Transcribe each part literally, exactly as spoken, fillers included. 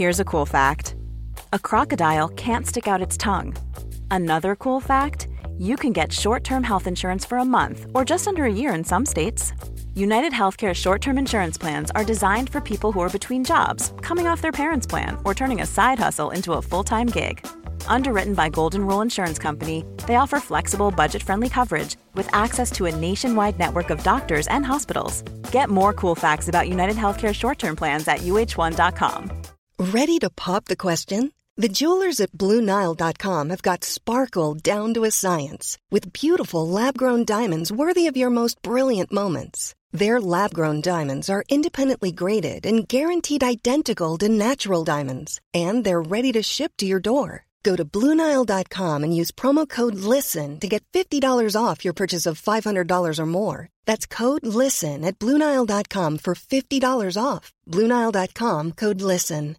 Here's a cool fact. A crocodile can't stick out its tongue. Another cool fact, you can get short-term health insurance for a month or just under a year in some states. United Healthcare short-term insurance plans are designed for people who are between jobs, coming off their parents' plan, or turning a side hustle into a full-time gig. Underwritten by Golden Rule Insurance Company, they offer flexible, budget-friendly coverage with access to a nationwide network of doctors and hospitals. Get more cool facts about United Healthcare short-term plans at U H one dot com. Ready to pop the question? The jewelers at Blue Nile dot com have got sparkle down to a science with beautiful lab-grown diamonds worthy of your most brilliant moments. Their lab-grown diamonds are independently graded and guaranteed identical to natural diamonds, and they're ready to ship to your door. Go to Blue Nile dot com and use promo code LISTEN to get fifty dollars off your purchase of five hundred dollars or more. That's code LISTEN at Blue Nile dot com for fifty dollars off. Blue Nile dot com, code LISTEN.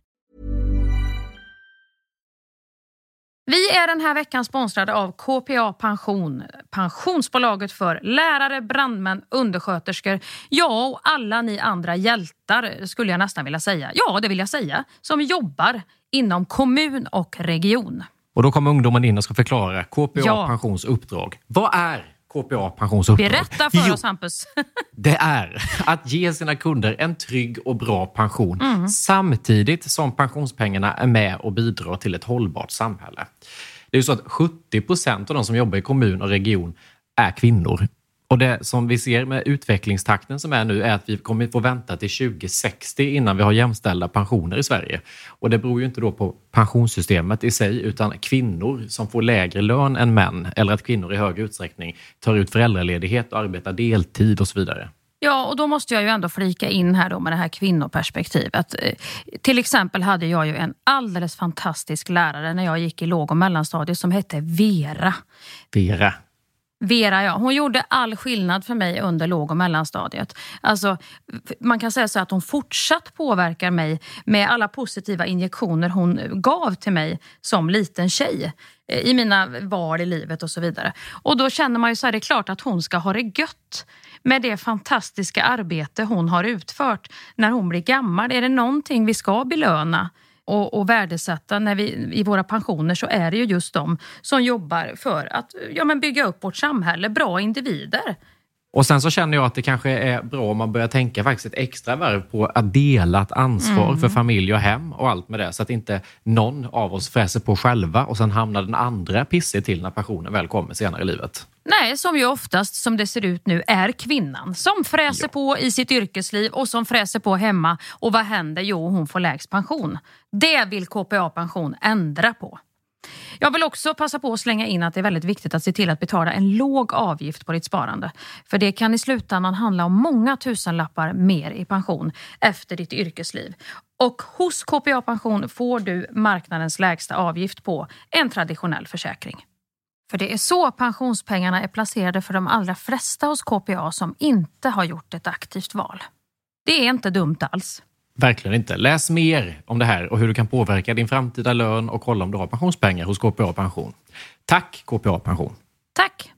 Vi är den här veckan sponsrade av K P A Pension, pensionsbolaget för lärare, brandmän, undersköterskor, ja och alla ni andra hjältar skulle jag nästan vilja säga. Ja, det vill jag säga, som jobbar inom kommun och region. Och då kommer ungdomen in och ska förklara K P A ja. Pensions uppdrag. Vad är K P A Pensions uppdrag? Berätta för jo, oss, Hampus. Det är att ge sina kunder en trygg och bra pension mm. samtidigt som pensionspengarna är med och bidrar till ett hållbart samhälle. Det är ju så att sjuttio procent av de som jobbar i kommun och region är kvinnor. Och det som vi ser med utvecklingstakten som är nu är att vi kommer få vänta till tjugo sextio innan vi har jämställda pensioner i Sverige. Och det beror ju inte då på pensionssystemet i sig utan kvinnor som får lägre lön än män eller att kvinnor i hög utsträckning tar ut föräldraledighet och arbetar deltid och så vidare. Ja, och då måste jag ju ändå flika in här då med det här kvinnoperspektivet. Till exempel hade jag ju en alldeles fantastisk lärare när jag gick i låg- och mellanstadiet som hette Vera. Vera. Vera, ja. Hon gjorde all skillnad för mig under låg- och mellanstadiet. Alltså, man kan säga så att hon fortsatt påverkar mig med alla positiva injektioner hon gav till mig som liten tjej i mina val i livet och så vidare. Och då känner man ju så här, det är klart att hon ska ha det gött med det fantastiska arbete hon har utfört när hon blir gammal. Är det någonting vi ska belöna och, och värdesätta när vi, i våra pensioner, så är det ju just de som jobbar för att ja, men bygga upp vårt samhälle, bra individer. Och sen så känner jag att det kanske är bra om man börjar tänka faktiskt ett extra varv på att dela ett ansvar mm. för familj och hem och allt med det. Så att inte någon av oss fräser på själva och sen hamnar den andra pissig till när pensionen väl kommer senare i livet. Nej, som ju oftast som det ser ut nu är kvinnan som fräser ja. på i sitt yrkesliv och som fräser på hemma. Och vad händer? Jo, hon får lägst pension. Det vill K P A Pension ändra på. Jag vill också passa på att slänga in att det är väldigt viktigt att se till att betala en låg avgift på ditt sparande. För det kan i slutändan handla om många tusenlappar mer i pension efter ditt yrkesliv. Och hos K P A Pension får du marknadens lägsta avgift på en traditionell försäkring. För det är så pensionspengarna är placerade för de allra flesta hos K P A som inte har gjort ett aktivt val. Det är inte dumt alls. Verkligen inte. Läs mer om det här och hur du kan påverka din framtida lön och kolla om du har pensionspengar hos K P A Pension. Tack K P A Pension. Tack.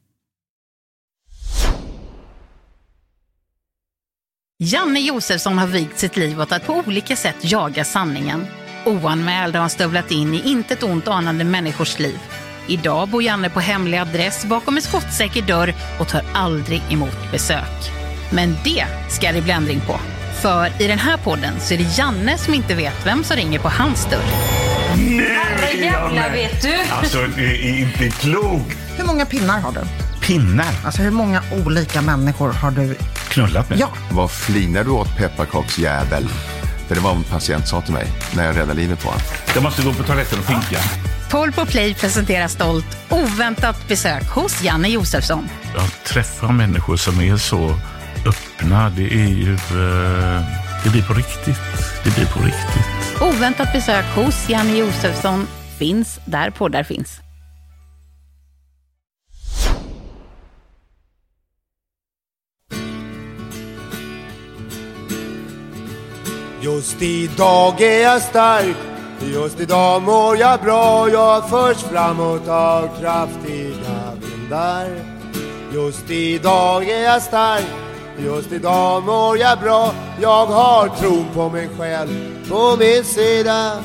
Janne Josefsson har vigt sitt liv åt att på olika sätt jaga sanningen. Oanmäld har han stövlat in i intet ont anande människors liv. Idag bor Janne på hemlig adress bakom en skottsäker dörr och tar aldrig emot besök. Men det ska det bli ändring på. För i den här podden så är det Janne som inte vet vem som ringer på hans dörr. Nej, jävlar vet du. Alltså, det är inte klokt. Hur många pinnar har du? Pinnar? Alltså hur många olika människor har du knullat med? Ja. Vad flinar du åt, pepparkaksjävel? För det var en patient sa till mig när jag räddade livet på honom. Jag måste gå på toaletten och pinka. Paul på Play presenterar stolt oväntat besök hos Janne Josefsson. Jag träffar människor som är så öppna. Det är ju... Uh, det blir på riktigt. Det blir på riktigt. Oväntat besök hos Janne Josefsson finns där poddar finns. Just idag är jag stark, just idag mår jag bra. Jag förs framåt av kraftiga vindar. Just idag är jag stark, Just idag mår jag bra. Jag har tron på mig själv på min sida.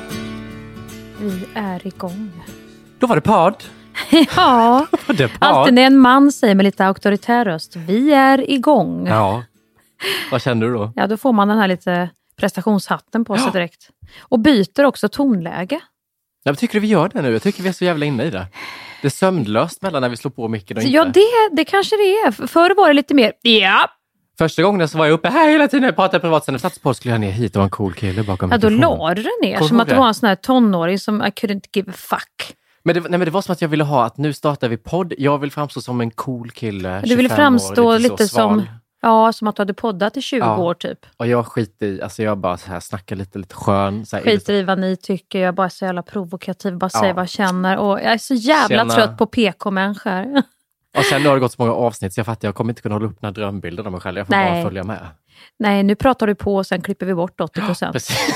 Vi är igång. Då var det podd. Ja, det podd. Alltid när en man säger med lite auktoritär röst, vi är igång. Ja, vad känner du då? Ja, då får man den här lite prestationshatten på sig direkt. Och byter också tonläge. Jag tycker vi gör det nu. Jag tycker vi är så jävla inne i det. Det är sömnlöst mellan när vi slår på micken och inte. Ja, det, det kanske det är. Förr var det lite mer, ja. Första gången så var jag uppe här hela tiden och pratade privat. Sen när jag satt på skulle jag ner hit och var en cool kille bakom Ja, då mikrofonen. la du den ner Kom som att det det var en sån här tonåring som I couldn't give a fuck. Men det, nej, men det var som att jag ville ha att nu startar vi podd. Jag vill framstå som en cool kille. Du ville framstå år, lite, lite som, ja, som att du hade poddat i tjugo ja. år typ. Och jag skiter i, alltså jag bara så här snackar lite, lite skön. Så här, skiter i vad ni tycker, jag är bara så jävla provokativ, bara ja. säger vad jag känner. Och jag är så jävla Tjena. trött på P K-människor. Och sen har det gått så många avsnitt så jag fattar jag kommer inte kunna hålla upp några drömbilder av mig själv. Jag får Nej. bara följa med. Nej, nu pratar du på och sen klipper vi bort åttio procent. Precis.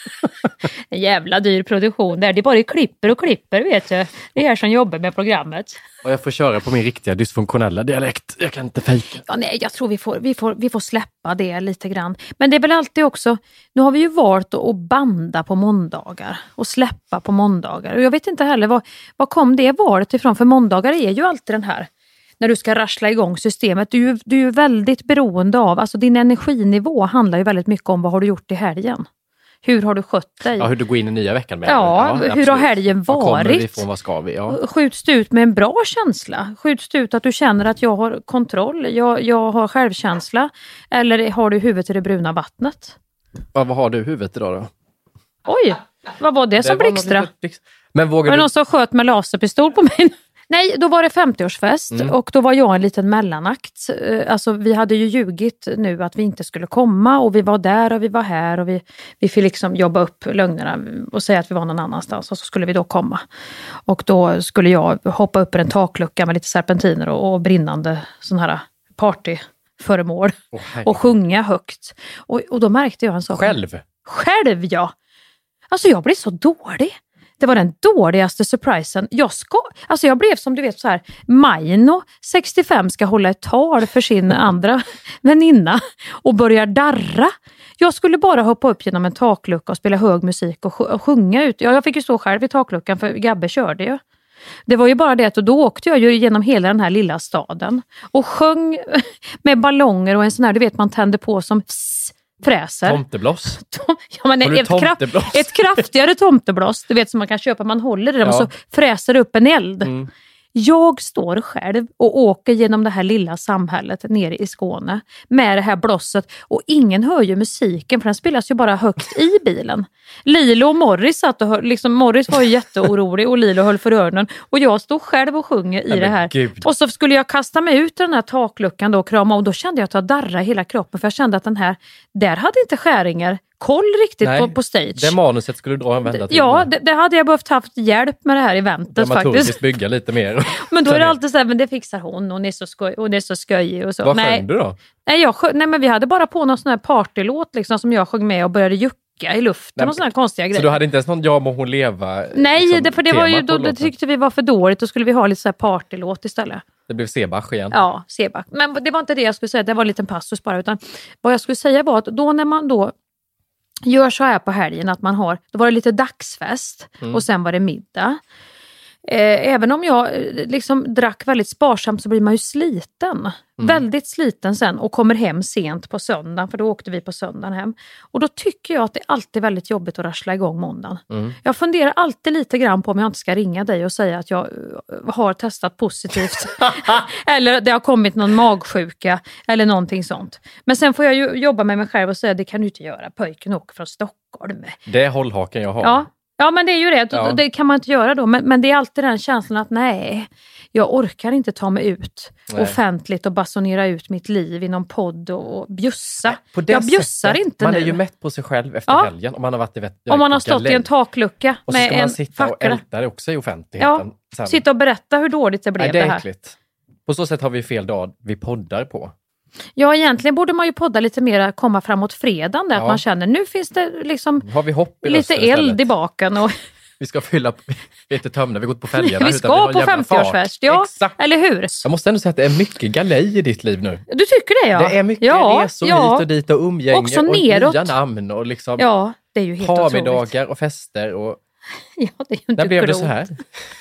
En jävla dyr produktion där. Det är bara klipper och klipper, vet du. Det är här som jobbar med programmet. Och jag får köra på min riktiga dysfunktionella dialekt. Jag kan inte fejka. Ja, nej, jag tror vi får, vi, får, vi får släppa det lite grann. Men det är väl alltid också, nu har vi ju valt att banda på måndagar och släppa på måndagar. Och jag vet inte heller, vad, vad kom det valet ifrån? För måndagar är ju alltid den här, när du ska rassla igång systemet. Du, du är ju väldigt beroende av, alltså din energinivå handlar ju väldigt mycket om vad har du gjort i helgen. Hur har du skött dig? Ja, hur du går in i nya veckan med. Ja, ja, hur har helgen varit? Vad kommer vi ifrån, vad ska vi? Ja. Skjuts du ut med en bra känsla? Skjuts du ut att du känner att jag har kontroll, jag, jag har självkänsla? Eller har du huvudet i det bruna vattnet? Ja, vad har du i huvudet idag då? Oj, vad var det, det som blixtra? Men vågar var det du... någon som sköt med laserpistol på mig? Nej, då var det femtioårsfest mm. och då var jag en liten mellanakt. Alltså vi hade ju ljugit nu att vi inte skulle komma och vi var där och vi var här och vi, vi fick liksom jobba upp lögnerna och säga att vi var någon annanstans och så skulle vi då komma. Och då skulle jag hoppa upp i en taklucka med lite serpentiner och, och brinnande sån här partyföremål oh, och sjunga högt. Och, och då märkte jag en sak. Själv? Själv, ja. Alltså jag blev så dålig. Det var den dåligaste surprisen. Jag ska, alltså jag blev som du vet så här, Maino sextiofem ska hålla ett tal för sin andra väninna och börjar darra. Jag skulle bara hoppa upp genom en taklucka och spela hög musik och, sj- och sjunga ut. Ja, jag fick ju stå själv i takluckan för Gabbe körde ju. Det var ju bara det att då åkte jag ju genom hela den här lilla staden och sjöng med ballonger och en sån här, du vet man tänder på som fräser. Tomteblås. Tom, ja, men ett, tomteblås? Kraft, ett kraftigare tomteblås. Du vet som man kan köpa, man håller det där ja. och så fräser upp en eld. Mm. Jag står själv och åker genom det här lilla samhället nere i Skåne med det här blåset och ingen hör ju musiken för den spelas ju bara högt i bilen. Lilo och Morris satt och hör, liksom Morris var ju jätteorolig och Lilo höll för öronen och jag stod själv och sjunger i Nej, det här. Gud. Och så skulle jag kasta mig ut i den här takluckan då och krama och då kände jag att jag darrade hela kroppen för jag kände att den här, där hade inte Skäringer koll riktigt på, på stage. Det manuset skulle du dra en vända till. Ja, det, det hade jag behövt haft hjälp med det här eventet faktiskt. Bygga lite mer. Men då är det alltid så här, men det fixar hon och det är så skoj och det är så skoj och så. Vad nej. sjöng du då? Nej, jag sjö, nej, men vi hade bara på någon sån här partylåt liksom som jag sjöng med och började jucka i luften nej, och såna här konstiga grejer. Så du hade inte ens någon Ja må hon leva? Nej, liksom, det, för det var ju då det tyckte vi var för dåligt. Då skulle vi ha lite så här partylåt istället. Det blev Sebach igen. Ja, Sebach. Men det var inte det jag skulle säga, det var en liten passus bara utan vad jag skulle säga var att då när man då gör så här på helgen att man har, då var det lite dagsfest mm. och sen var det middag. Eh, även om jag liksom drack väldigt sparsamt så blir man ju sliten. Mm. Väldigt sliten sen och kommer hem sent på söndagen för då åkte vi på söndagen hem. Och då tycker jag att det är alltid väldigt jobbigt att rassla igång måndagen. Mm. Jag funderar alltid lite grann på om jag inte ska ringa dig och säga att jag har testat positivt. Eller det har kommit någon magsjuka eller någonting sånt. Men sen får jag ju jobba med mig själv och säga det kan du inte göra. Pojken åker från Stockholm. Det är hållhaken jag har. Ja. Ja, men det är ju det. Ja. Det kan man inte göra då. Men, men det är alltid den känslan att nej, jag orkar inte ta mig ut nej. offentligt och basunera ut mitt liv i någon podd och bjussa. Nej, jag bjussar sättet, inte man nu. Man är ju mätt på sig själv efter ja. helgen. Om man har varit i vet, Om man har stått i en taklucka och med så ska man en sitta fackla. Och älta det också i offentligheten. Ja, sitta och berätta hur dåligt det blev nej, det, är det här. Äckligt. På så sätt har vi fel dag vi poddar på. Ja, egentligen borde man ju podda lite mer, komma framåt fredagen där ja. Att man känner, nu finns det liksom har vi hopp i lite eld istället. i baken och Vi ska fylla lite töm när vi gått på fälgarna. Vi ska vi på femtioårsfest, ja. Exakt. Eller hur? Jag måste ändå säga att det är mycket galej i ditt liv nu. Du tycker det, ja. Det är mycket ja, resor ja. hit och dit och umgänge också och neråt. nya namn och liksom ja, det är ju helt parmiddagar och fester. Och... Ja, det är ju inte När blev klokt. det så här?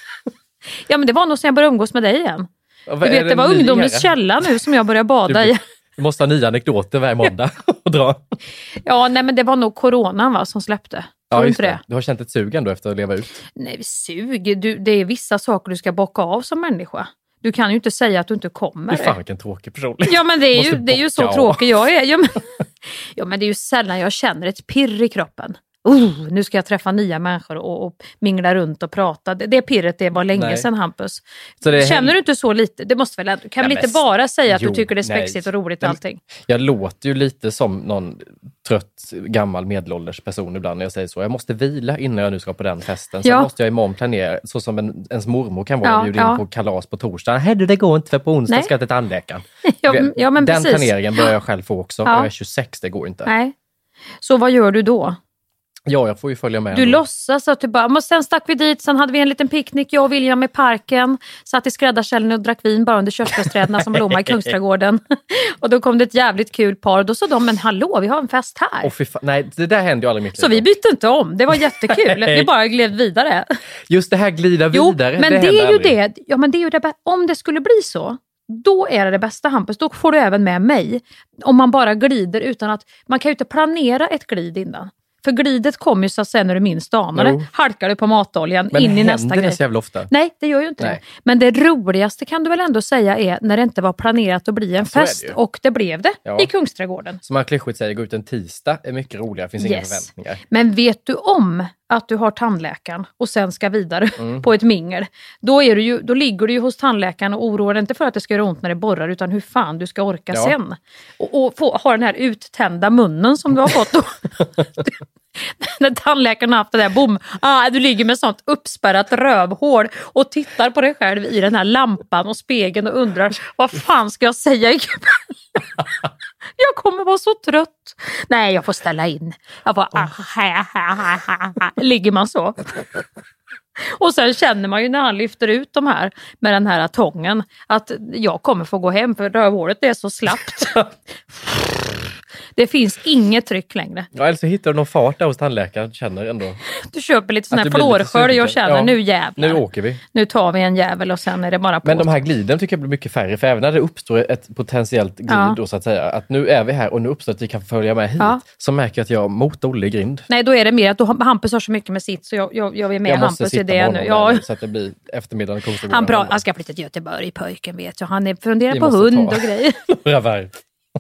Ja, men det var nog sen jag började umgås med dig igen. Du vet, det var ungdomens källa nu som jag började bada du, i. Du måste ha nya anekdoter varje måndag och dra. Ja, nej men det var nog coronan va, som släppte. Ja, Tror just inte det. det. Du har känt ett sug ändå efter att leva ut. Nej, sug. Du, det är vissa saker du ska bocka av som människa. Du kan ju inte säga att du inte kommer. Det är fan vilken tråkig person. Ja, men det är ju, det är ju så av. tråkig jag är. Ja men, ja, men det är ju sällan jag känner ett pirr i kroppen. Oh, nu ska jag träffa nya människor och, och mingla runt och prata. Det, det pirret, det var länge nej. sedan, Hampus. Så det är Känner hem... du inte så lite? Det måste väl ändå, kan ja, väl inte men... bara säga att jo, du tycker det är spexigt nej. och roligt och allting? Jag låter ju lite som någon trött gammal medelålders person ibland när jag säger så. Jag måste vila innan jag nu ska på den festen. Sen ja. måste jag imorgon planera, så som en, ens mormor kan vara ja, bjuden ja. in på kalas på torsdag. Hej, det går inte för på onsdag nej. Ska jag till tandläkaren. ja, ja, men den precis. planeringen börjar jag själv få också. Ja. Jag är tjugosex, det går inte. Nej. Så vad gör du då? Ja, jag får ju följa med. Du ändå. låtsas att du bara, men sen stack vi dit, sen hade vi en liten picknick, jag och William i parken, satt i skräddarkällen och drack vin bara under körsbärsträden som blommar i Kungsträdgården. Och då kom det ett jävligt kul par och då sa de, men hallå, vi har en fest här. Oh, fy fan. Nej, det där hände ju aldrig i mitt liv. Så vi bytte inte om, det var jättekul, vi bara gled vidare. Just det här glida vidare. Jo, men det, det är ju det, ja men det är ju det, om det skulle bli så, då är det det bästa, Hampus, då får du även med mig. Om man bara glider utan att, man kan ju inte planera ett glid innan. För glidet kommer ju så att säga när du minst anar det. Halkar du på matoljan men in i nästa grej. Men händer det så jävla ofta? Nej, det gör ju inte Nej. det. Men det roligaste kan du väl ändå säga är när det inte var planerat att bli en så fest. Det och det blev det ja. i Kungsträdgården. Som man klyschigt säger, gå ut en tisdag är mycket roligare. Finns yes. inga förväntningar. Men vet du om att du har tandläkaren och sen ska vidare mm. på ett mingel. Då, är du ju, då ligger du ju hos tandläkaren och oroar dig inte för att det ska göra ont när det borrar utan hur fan du ska orka ja. sen. Och, och få, ha den här uttända munnen som du har fått. När tandläkaren har haft det där, bom, ah, du ligger med sånt uppspärrat rövhål och tittar på dig själv i den här lampan och spegeln och undrar, vad fan ska jag säga ikväll? Jag kommer vara så trött. Nej, jag får ställa in. Jag får, ah, ha, ha, ha, ha. Ligger man så. Och sen känner man ju när han lyfter ut de här med den här tången att jag kommer få gå hem för rövhålet är så slappt. Det finns inget tryck längre. Ja, eller så hittar du någon fart där hos tandläkaren. Känner ändå. Du köper lite sån här flårskölj och känner, ja, nu jävlar. Nu åker vi. Nu tar vi en jävel och sen är det bara på. Men de här gliden tycker jag blir mycket färre. För även när det uppstår ett potentiellt glid ja. då, så att säga. Att nu är vi här och nu uppstår att vi kan följa med hit. Ja. Så märker jag att jag mot Olle i grind. Nej, då är det mer att då Hampus har så mycket med sitt. Så jag, jag, jag är med jag Hampus i det nu. Ja. Så att det blir eftermiddagen. Han, bra, han ska flytta till Göteborg, pojken vet jag. Han är funderar på hund och grejer. Några varv.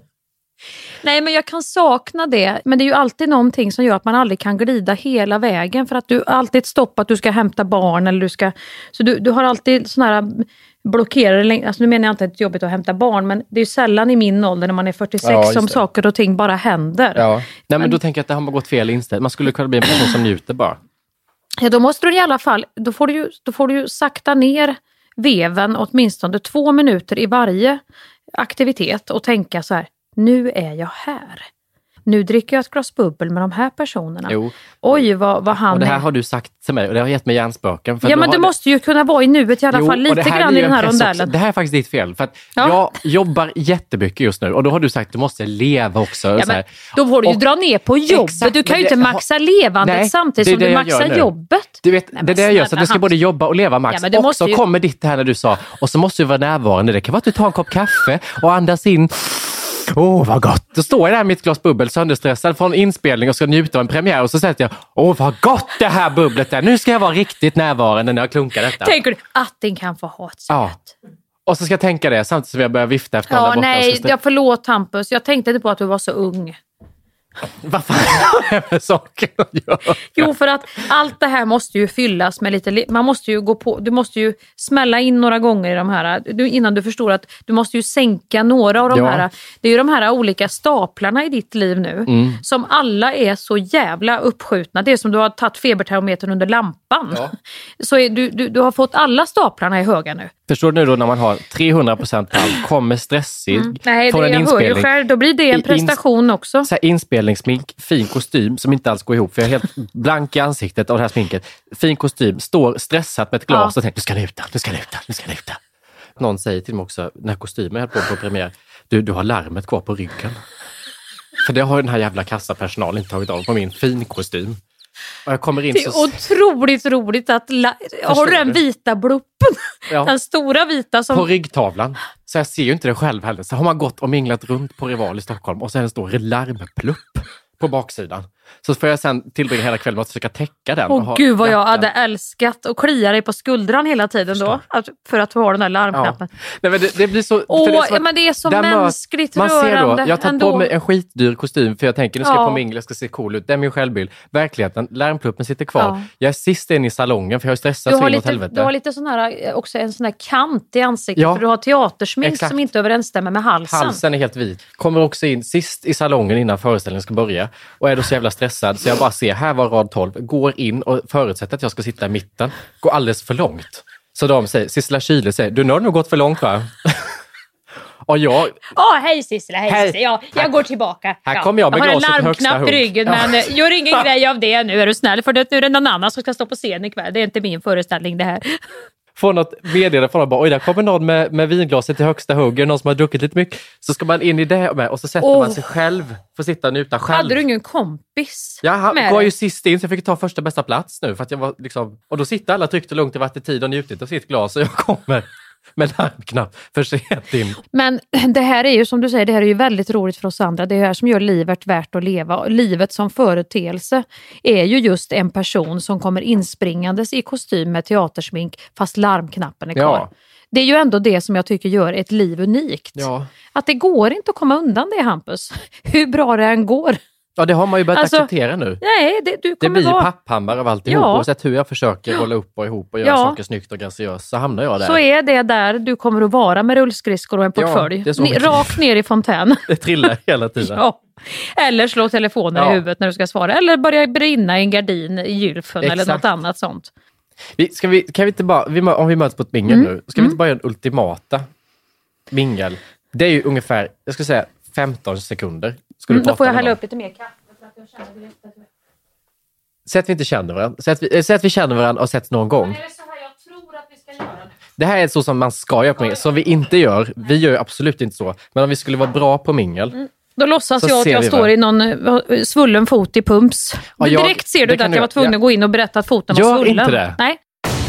Nej, men jag kan sakna det. Men det är ju alltid någonting som gör att man aldrig kan glida hela vägen. För att du alltid stoppar att du ska hämta barn. Eller du ska, så du, du har alltid såna här blockerade. Alltså nu menar jag inte att det är jobbigt att hämta barn. Men det är ju sällan i min ålder när man är fyrtiosex ja, som saker och ting bara händer. Ja. Nej, men, men då tänker jag att det har gått fel inställd. Man skulle kunna bli en person som njuter bara. Ja, då måste du i alla fall. Då får du ju, då får du ju sakta ner veven åtminstone två minuter i varje aktivitet. Och tänka så här. Nu är jag här. Nu dricker jag ett glas bubbel med de här personerna. Jo. Oj, vad, vad han och det här är. har du sagt till mig och det har gett mig hjärnspöken. För ja, men du måste ju kunna vara i nuet i alla jo, fall lite grann i den här rondellen. Det här är faktiskt ditt fel. För att ja. jag jobbar jättemycket just nu och då har du sagt att du måste leva också. Ja, så här. Då får du ju och, dra ner på jobbet. Exakt, du kan ju inte maxa levandet nej, samtidigt som du maxar jobbet. Du vet, nej, det är det jag gör. Så att du ska både jobba och leva max. Ja, och så ju... kommer ditt här när du sa och så måste du vara närvarande. Det kan vara att du tar en kopp kaffe och andas in. Åh, oh, vad gott. Då står jag där med ett glas bubbel sönderstressad från inspelning och ska njuta av en premiär och så säger jag, åh oh, vad gott det här bubblet är. Nu ska jag vara riktigt närvarande när jag klunkar detta. Tänker du att den kan få ha ett ja. Och så ska jag tänka det samtidigt som jag börjar vifta efter ja, nej, jag förlåt Hampus. Jag tänkte inte på att du var så ung. Vad fan är det med saker att göra? Jo, för att allt det här måste ju fyllas med lite, man måste ju gå på, du måste ju smälla in några gånger i de här, du, innan du förstår att du måste ju sänka några av de ja. här, det är ju de här olika staplarna i ditt liv nu, mm. som alla är så jävla uppskjutna, det är som du har tagit febertermometern under lampan, ja. så är, du, du, du har fått alla staplarna i höga nu. Förstår du nu då när man har trehundra procent på allt, kommer stressig mm. Nej, från det en jag inspelning. Hör ju själv, då blir det en prestation in, också. Så här, inspelning föreställningssmink, fin kostym som inte alls går ihop för jag är helt blank i ansiktet av det här sminket. Fin kostym, står stressat med ett glas ja. och tänker, du ska luta, du ska luta, du ska luta. Någon säger till mig också, när kostymen är på på premiär, du, du har larmet kvar på ryggen. För det har den här jävla kassapersonalen inte tagit av på min fin kostym. Och jag kommer in det är så... otroligt roligt att... La... Har du den vita bluppen? Ja. Den stora vita som... På ryggtavlan. Så jag ser ju inte det själv heller. Så har man gått och minglat runt på Rival i Stockholm och sen står det larmplupp på baksidan. Så får jag sen tillbringa hela kvällen att försöka täcka den. Åh gud vad jag hade älskat att klia dig på skuldran hela tiden då. Att, för att ha den där larmknappen. Ja. Nej, men det, det blir så... Åh, det är så ja, men det är så mänskligt man rörande. Ser då, jag har tagit ändå. på mig en skitdyr kostym för jag tänker nu ska ja. jag på mingel, jag ska se cool ut. Det är min självbild. Verkligheten, larmpluppen sitter kvar. Ja. Jag är sist in i salongen för jag är stressad så inåt helvete. Du har lite sån här, också en sån här kant i ansiktet ja. för du har teatersmink Exakt. som inte överensstämmer med halsen. Halsen är helt vit. Kommer också in sist i salongen innan föreställningen ska börja och är då så jävla stressad så jag bara ser, här var rad tolv, går in och förutsätter att jag ska sitta i mitten. Går alldeles för långt. Så de säger, Sissela Kyle säger, du har nog gått för långt va? Och jag... Ja, oh, hej Sissela, hej, hej. Sissela. Ja, jag här, går tillbaka. Här ja. kommer jag med jag glaset högsta hugg. Jag har en larmknapp i ryggen, ja. men gör ingen grej av det nu, är du snäll. För det, nu är det någon annan som ska stå på scen ikväll. Det är inte min föreställning det här. Får något meddelande från bara, oj där kommer någon med, med vinglaset till högsta hugg, någon som har druckit lite mycket. Så ska man in i det med och så sätter oh. man sig själv, får sitta och njuta själv. Hade du ingen kompis? Ja, han var ju sist in så jag fick ta första bästa plats nu. För att jag var liksom, och då sitter alla tryggt och lugnt i varit i tid och njutit av sitt glas och jag kommer med larmknapp för sent in. Men det här är ju som du säger, det här är ju väldigt roligt för oss andra. Det är det här som gör livet värt att leva. Livet som företeelse är ju just en person som kommer inspringandes i kostym med teatersmink fast larmknappen är kvar. Ja. Det är ju ändå det som jag tycker gör ett liv unikt. Ja. Att det går inte att komma undan det, Hampus. Hur bra det än går. Ja, det har man ju börjat alltså, acceptera nu. Nej, det, du det blir ju vara... papphammar av alltihop. Ja. Oavsett hur jag försöker hålla upp och ihop och göra ja. saker snyggt och graciöst så hamnar jag där. Så är det där du kommer att vara med rullskridskor och en portfölj. Ja, Ni, rakt ner i fontän. Det trillar hela tiden. Ja. Eller slå telefonen ja. i huvudet när du ska svara. Eller börja brinna i en gardin i gylfen eller något annat sånt. Vi, ska vi, kan vi inte bara, vi, om vi möts på ett mingel mm. nu, ska mm. vi inte bara göra en ultimata mingel? Det är ju ungefär, jag ska säga femton sekunder. Mm, då får jag hälla upp lite mer kaffe. Säg att vi inte känner varandra. Säg att vi, säg att vi känner varandra och sett någon gång. Men är det så här jag tror att vi ska göra det? Det här är så som man ska göra på mingel. Som vi inte gör. Vi gör ju absolut inte så. Men om vi skulle vara bra på mingel. Mm. Då låtsas jag att jag står vad? i någon uh, svullen fot i pumps. Ja, jag, Direkt ser du att jag var tvungen ja. att gå in och berätta att foten gör var svullen. Gör inte det. Nej.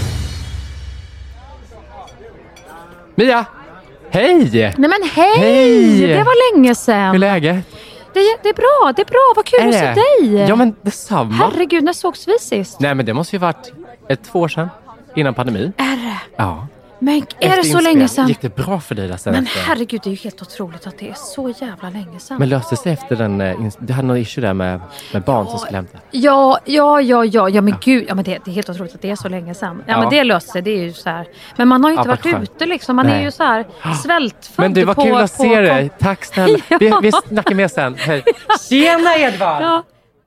Mia! Hej! Nej men hej! hej! Det var länge sedan. Hur är läget? Det är, det är bra, det är bra. Vad kul är att se dig. Ja, men detsamma. Herregud, när sågs vi sist? Nej, men det måste ju varit ett två år sedan. Innan pandemin. Är det? Ja. Men är det så länge sedan? Gick det bra för dig där sen? Men efter? herregud, det är ju helt otroligt att det är så jävla länge sedan. Men löste sig efter den... Du hade någon issue där med, med barn ja, som skulle hämta. Ja, ja, ja, ja. Ja, men ja. gud. Ja, men det, det är helt otroligt att det är så länge sedan. Ja, ja. men det löste sig. Det är ju så här. Men man har ju inte ja, varit skönt. ute liksom. Man Nej. är ju så här svältfödd. Men det var på, kul att på, se på, dig. Tack snälla. ja. vi, vi snackar mer sen. Hej. Tjena Edvard! Ja.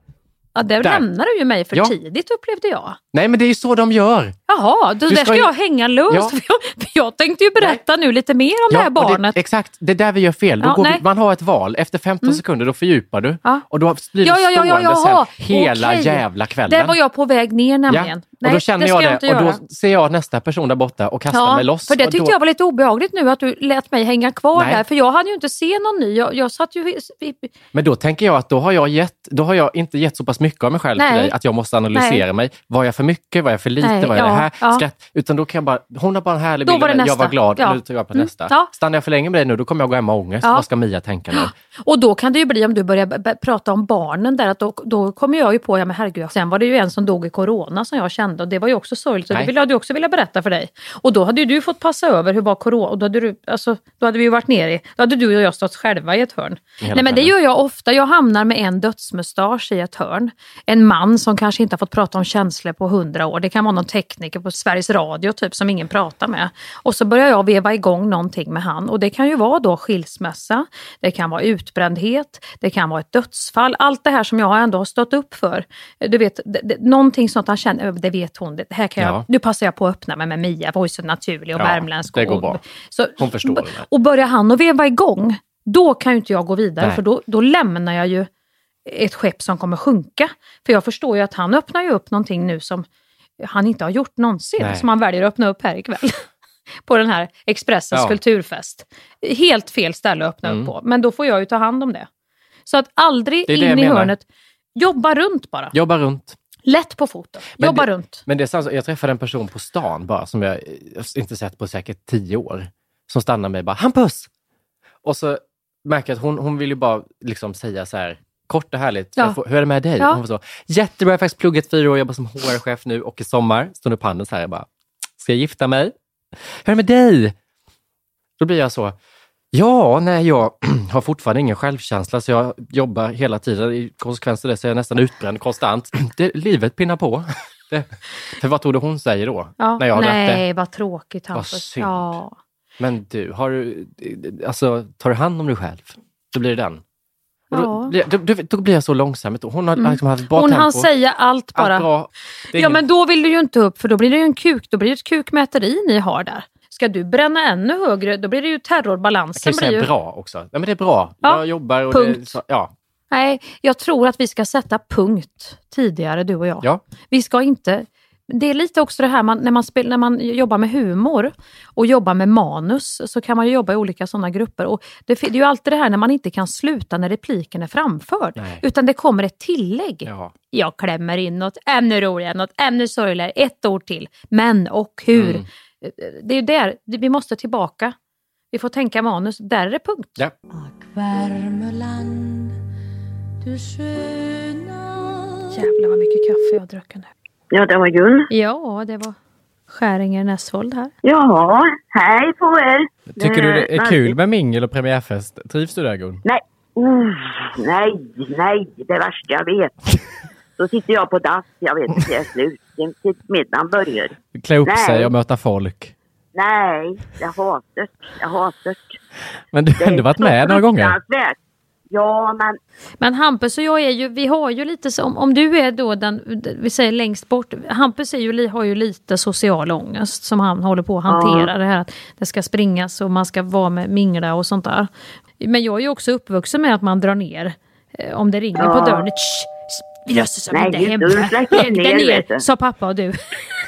Ja, där, där lämnar du ju mig för ja. tidigt upplevde jag. Nej, men det är ju så de gör. Jaha, då, där ska, ska jag hänga löst. Ja. För jag, för jag tänkte ju berätta nej. nu lite mer om ja, det här barnet. Det, exakt, det är där vi gör fel. Då ja, går vi, man har ett val. Efter femton mm. sekunder, då fördjupar du. Ja. Och då blir ja, du ja, ja, stående ja, ja, sen hela okay. jävla kvällen. Där var jag på väg ner nämligen. Ja. Och då känner jag, jag det. Och då ser jag nästa person där borta och kastar ja, mig loss. För det tyckte då... jag var lite obehagligt nu att du lät mig hänga kvar nej. där. För jag hade ju inte se någon ny. Jag, jag satt ju... Men då tänker jag att då har jag, gett, då har jag inte gett så pass mycket av mig själv nej. till dig. Att jag måste analysera nej. mig. Var jag för mycket? Var jag för lite? Nej, var jag ja, det här? Ja. Skratt. Utan då kan jag bara... Hon har bara en härlig bild. Var jag var glad. Ja. Nu tar jag på mm. nästa. Ja. Stannar jag för länge med dig nu, då kommer jag gå hem med ångest. Ja. Vad ska Mia tänka nu? Och då kan det ju bli om du börjar b- b- prata om barnen där. Att då, då kommer jag ju på, ja men herregud. Sen var det ju en som dog i corona som jag kände. Och det var ju också sorgligt. Så det ville jag ju också vilja berätta för dig. Och då hade ju du fått passa över hur var corona. Och då hade, du, alltså, då hade vi ju varit nere i. Då hade du och jag stått själva i ett hörn. Hela Nej men det gör jag ofta. Jag hamnar med en dödsmustasch i ett hörn. En man som kanske inte har fått prata om känslor på hundra år. Det kan vara någon tekniker på Sveriges Radio typ som ingen pratar med. Och så börjar jag veva igång någonting med han. Och det kan ju vara då skilsmässa. Det kan vara utbrändhet. Det kan vara ett dödsfall. Allt det här som jag ändå har stått upp för. Du vet, det, det, någonting sånt han känner, det vet hon. Det här kan jag, ja. Nu passar jag på att öppna mig med Mia. Var ju så naturlig och ja, värmländsk. Det går bra. Så, hon förstår det. Och börjar han att veva igång, då kan ju inte jag gå vidare. Nej. För då, då lämnar jag ju ett skepp som kommer sjunka. För jag förstår ju att han öppnar ju upp någonting nu som han inte har gjort någonsin. Nej. Som han väljer att öppna upp här ikväll. På den här Expressens ja. kulturfest. Helt fel ställe att öppna mm. upp på. Men då får jag ju ta hand om det. Så att aldrig in i hörnet. Jobba runt bara. Jobba runt. Lätt på foten. Jobba det, runt. Men det är så, jag träffade en person på stan bara som jag inte sett på säkert tio år. Som stannar mig bara, Hampus! Och så märker jag att hon, hon vill ju bara liksom säga så här kort och härligt. Ja. Får, hur är det med dig? Ja. Hon var så, jättebra, jag har faktiskt pluggat fyra år, jobbar som H R-chef nu och i sommar står på handen så här, jag bara, ska jag gifta mig? Hur är det med dig? Då blir jag så, ja, nej, jag har fortfarande ingen självkänsla så jag jobbar hela tiden. I konsekvens av det så är jag nästan utbränd konstant. Det, livet pinnar på. Det, för vad tror du hon säger då? Ja, när jag har nej, det? Vad tråkigt. Vad synd. Ja. Men du, har du, alltså, tar du hand om dig själv? Då blir det den. Och då, ja. då, då, då blir jag så långsam. Hon har mm. liksom haft bra Hon tempo. hann säga allt bara. Allt bra. Ja, ingen... men då vill du ju inte upp för då blir det ju en kuk. Då blir det ett kukmäteri ni har där. Ska du bränna ännu högre, då blir det ju terrorbalansen. Jag kan ju säga ju... bra också. Nej, men det är bra. Ja, jag jobbar och punkt. det, så, ja. Nej, jag tror att vi ska sätta punkt tidigare, du och jag. Ja. Vi ska inte... Det är lite också det här, man, när, man spel, när man jobbar med humor och jobbar med manus så kan man ju jobba i olika sådana grupper. Och det, det är ju alltid det här när man inte kan sluta när repliken är framförd. Nej. Utan det kommer ett tillägg. Ja. Jag klämmer in något ännu roligare, något ännu sorgligare, ett ord till. Men och hur... Mm. Det är ju där, vi måste tillbaka. Vi får tänka manus, där är det punkt. Ja. Jävlar vad mycket kaffe jag dricker nu. Ja, det var Gun. Ja, det var Skäringer Näsvold här. Ja, hej på er. Tycker du det är kul med mingel och premiärfest? Trivs du där, Gun? Nej, uh, nej, nej, det värsta jag vet. Då sitter jag på dass, jag vet inte, det är slut. Middagen börjar. Klä upp nej. sig och möta folk. Nej, jag hatar jag hatar. Men du har ändå varit med några gånger. Ja, men... Men Hampus och jag är ju, vi har ju lite så, om, om du är då den, vi säger längst bort, Hampus är ju, har ju lite social ångest som han håller på att hantera, ja. Det här att det ska springas och man ska vara med mingla och sånt där. Men jag är ju också uppvuxen med att man drar ner, eh, om det ringer ja. på dörren, vi löser så nej, inte hemma. Lägg den ner, ner sa pappa och du.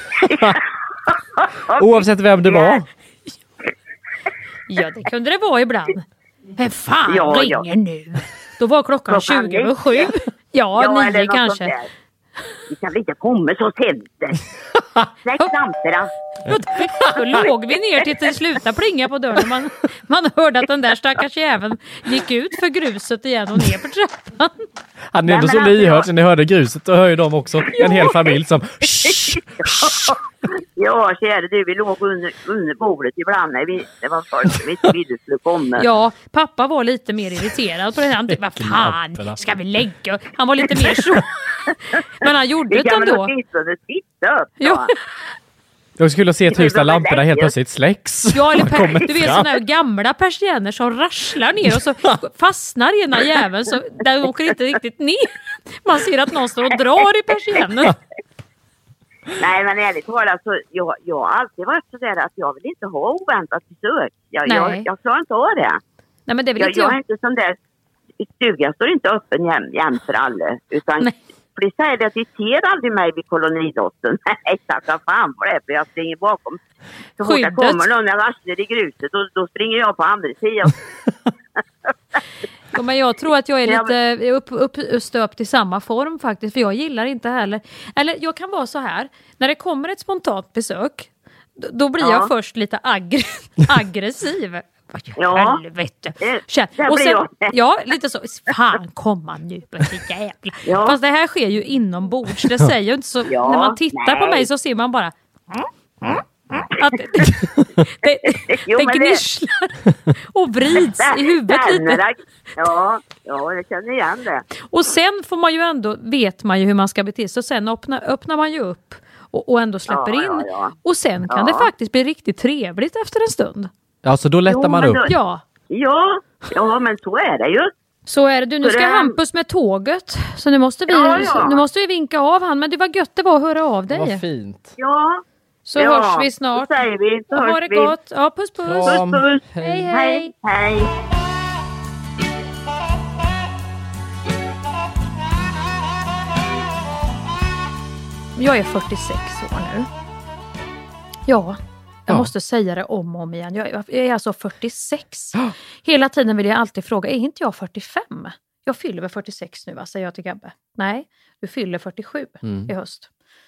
Oavsett vem det var. Ja, det kunde det vara ibland. Vem fan ja, ringer ja. nu? Då var klockan, klockan tjugo över sju. Ja, ja nio kanske. Vi kan väl inte komma så sent. Släck lamporna. Då låg vi ner till det sluta plinga på dörren. Man, man hörde att den där stackars jäveln gick ut för gruset igen och ner på trappan. Han är ändå så lyhörd så ni hörde gruset och hör ju de också. En hel familj som... Ja, kära du, vi låg under, under bordet ibland när vi, det var först vi inte ville skulle komma. Ja, pappa var lite mer irriterad på det här. Han tänkte, vad fan, ska vi lägga? Han var lite mer så. Men han gjorde det ändå. Vi kan väl titta upp då. Ja. Jag skulle se ett hus där lamporna helt plötsligt släcks. Ja, eller per, du vet sådana här gamla persienner som rasslar ner och så fastnar ena jäveln så där åker inte riktigt ner. Man ser att någon står och drar i persiennen. Nej, men ärligt talat så jag, jag har alltid varit så där att jag vill inte ha oväntat besök. Jag, jag, jag klarar inte av det. Nej, men det vill jag, inte jag jag. är inte som där, stugan står inte öppen jäm, jäm för alla. Utan, för det säger det att det ser aldrig mig vid kolonidotten. Nej, tack fan för det, för jag springer bakom. Så fort jag kommer någon jag rasslar i gruset, då, då springer jag på andra sidan. Ja, men jag tror att jag är lite upp, upp, stöpt i samma form faktiskt. För jag gillar inte heller. Eller jag kan vara så här. När det kommer ett spontant besök. Då, då blir ja. jag först lite aggr- aggressiv. Ja. Helvete. Det, och sen, ja, lite så. Fan, komma nu. Jävla. Ja. Fast det här sker ju inombords. Det säger ju inte så. Ja, när man tittar nej. på mig så ser man bara... Att det, det, jo, det gnisslar och vrids där, i huvudet lite. Ja, ja, jag känner igen det. Och sen får man ju ändå, vet man ju hur man ska bete sig. Och sen öppna, öppnar man ju upp och, och ändå släpper ja, in. Ja, ja. Och sen kan ja. det faktiskt bli riktigt trevligt efter en stund. Ja, så då lättar jo, man upp. Då, ja. ja, ja, men så är det ju. Så är det. Du, nu ska Hampus med tåget. Så nu måste vi, ja, ja. nu måste vi vinka av han. Men det var gött det var att höra av dig. Vad fint. Ja. Så ja, hörs vi snart. Så säger vi. Så ha det vi. gott. Ja, puss puss. Puss, puss. Hej, hej. Hej, hej. Jag är fyrtiosex år nu. Ja, jag Ja. måste säga det om och om igen. Jag, jag är alltså fyrtiosex. Hela tiden vill jag alltid fråga, är inte jag fyrtiofem? Jag fyller väl fyrtiosex nu, va? Säger jag till Gabbe. Nej, du fyller fyrtiosju Mm. i höst.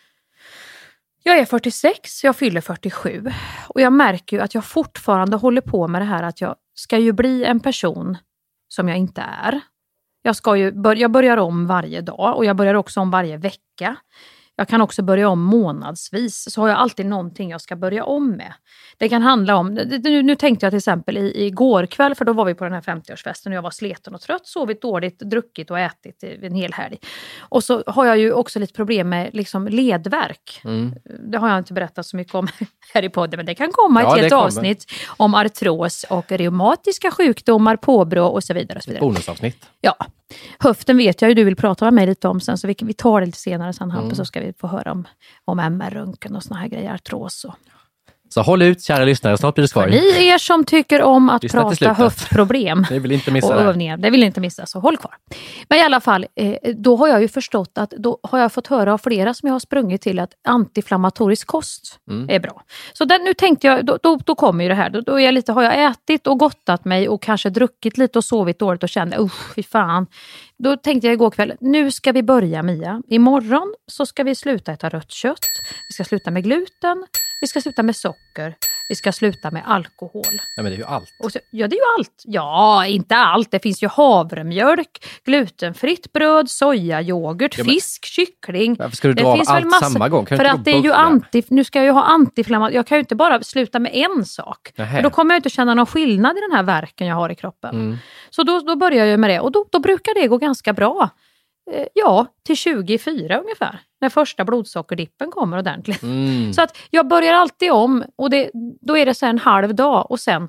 Jag är fyrtiosex, jag fyller fyrtiosju. Och jag märker ju att jag fortfarande håller på med det här att jag ska ju bli en person som jag inte är. Jag, ska ju bör- jag börjar om varje dag och jag börjar också om varje vecka. Jag kan också börja om månadsvis. Så har jag alltid någonting jag ska börja om med. Det kan handla om, nu, nu tänkte jag till exempel i, igår kväll, för då var vi på den här femtioårsfesten och jag var sleten och trött, sovit dåligt, druckit och ätit en hel helg. Och så har jag ju också lite problem med liksom ledvärk. Mm. Det har jag inte berättat så mycket om här i podden, men det kan komma ett Ja, det helt kommer. avsnitt om artros och reumatiska sjukdomar, påbrå och så vidare. Och så vidare. Bonusavsnitt. Ja, höften vet jag ju du vill prata med mig lite om sen, så vi, vi tar det lite senare sen, Hampus, Mm. så ska vi få höra om, om M R-röntgen och såna här grejer, artros och... Så håll ut, kära lyssnare, snart blir det skoj. Ni er som tycker om att Lyssna till prata slutet. höftproblem Ni vill inte missa och det här. övningar, det vill ni inte missa, så håll kvar. Men i alla fall, eh, då har jag ju förstått att då har jag fått höra av flera som jag har sprungit till att antiinflammatorisk kost Mm. är bra. Så där, nu tänkte jag, då, då, då kommer ju det här, då, då är jag lite, har jag ätit och gottat mig och kanske druckit lite och sovit dåligt och kände, usch, fy fan. Då tänkte jag igår kväll, nu ska vi börja, Mia. Imorgon så ska vi sluta äta rött kött, vi ska sluta med gluten, vi ska sluta med socker, vi ska sluta med alkohol. Nej, men det är ju allt. Och så, ja, det är ju allt. Ja, inte allt. Det finns ju havremjölk, glutenfritt bröd, sojayoghurt, Ja, men- fisk, kyckling. Varför ska du Det dra av finns väl allt massa- samma gång? Kan du För inte att gå det är ju bort anti... Nu ska jag ju ha antiflammat. Jag kan ju inte bara sluta med en sak. Nähä. För då kommer jag inte känna någon skillnad i den här värken jag har i kroppen. Mm. Så då, då börjar jag med det. Och då, då brukar det gå ganska bra. Eh, ja, till tjugofyra ungefär. När första blodsockerdippen kommer ordentligt. Mm. Så att jag börjar alltid om. Och det, då är det så en halv dag. Och sen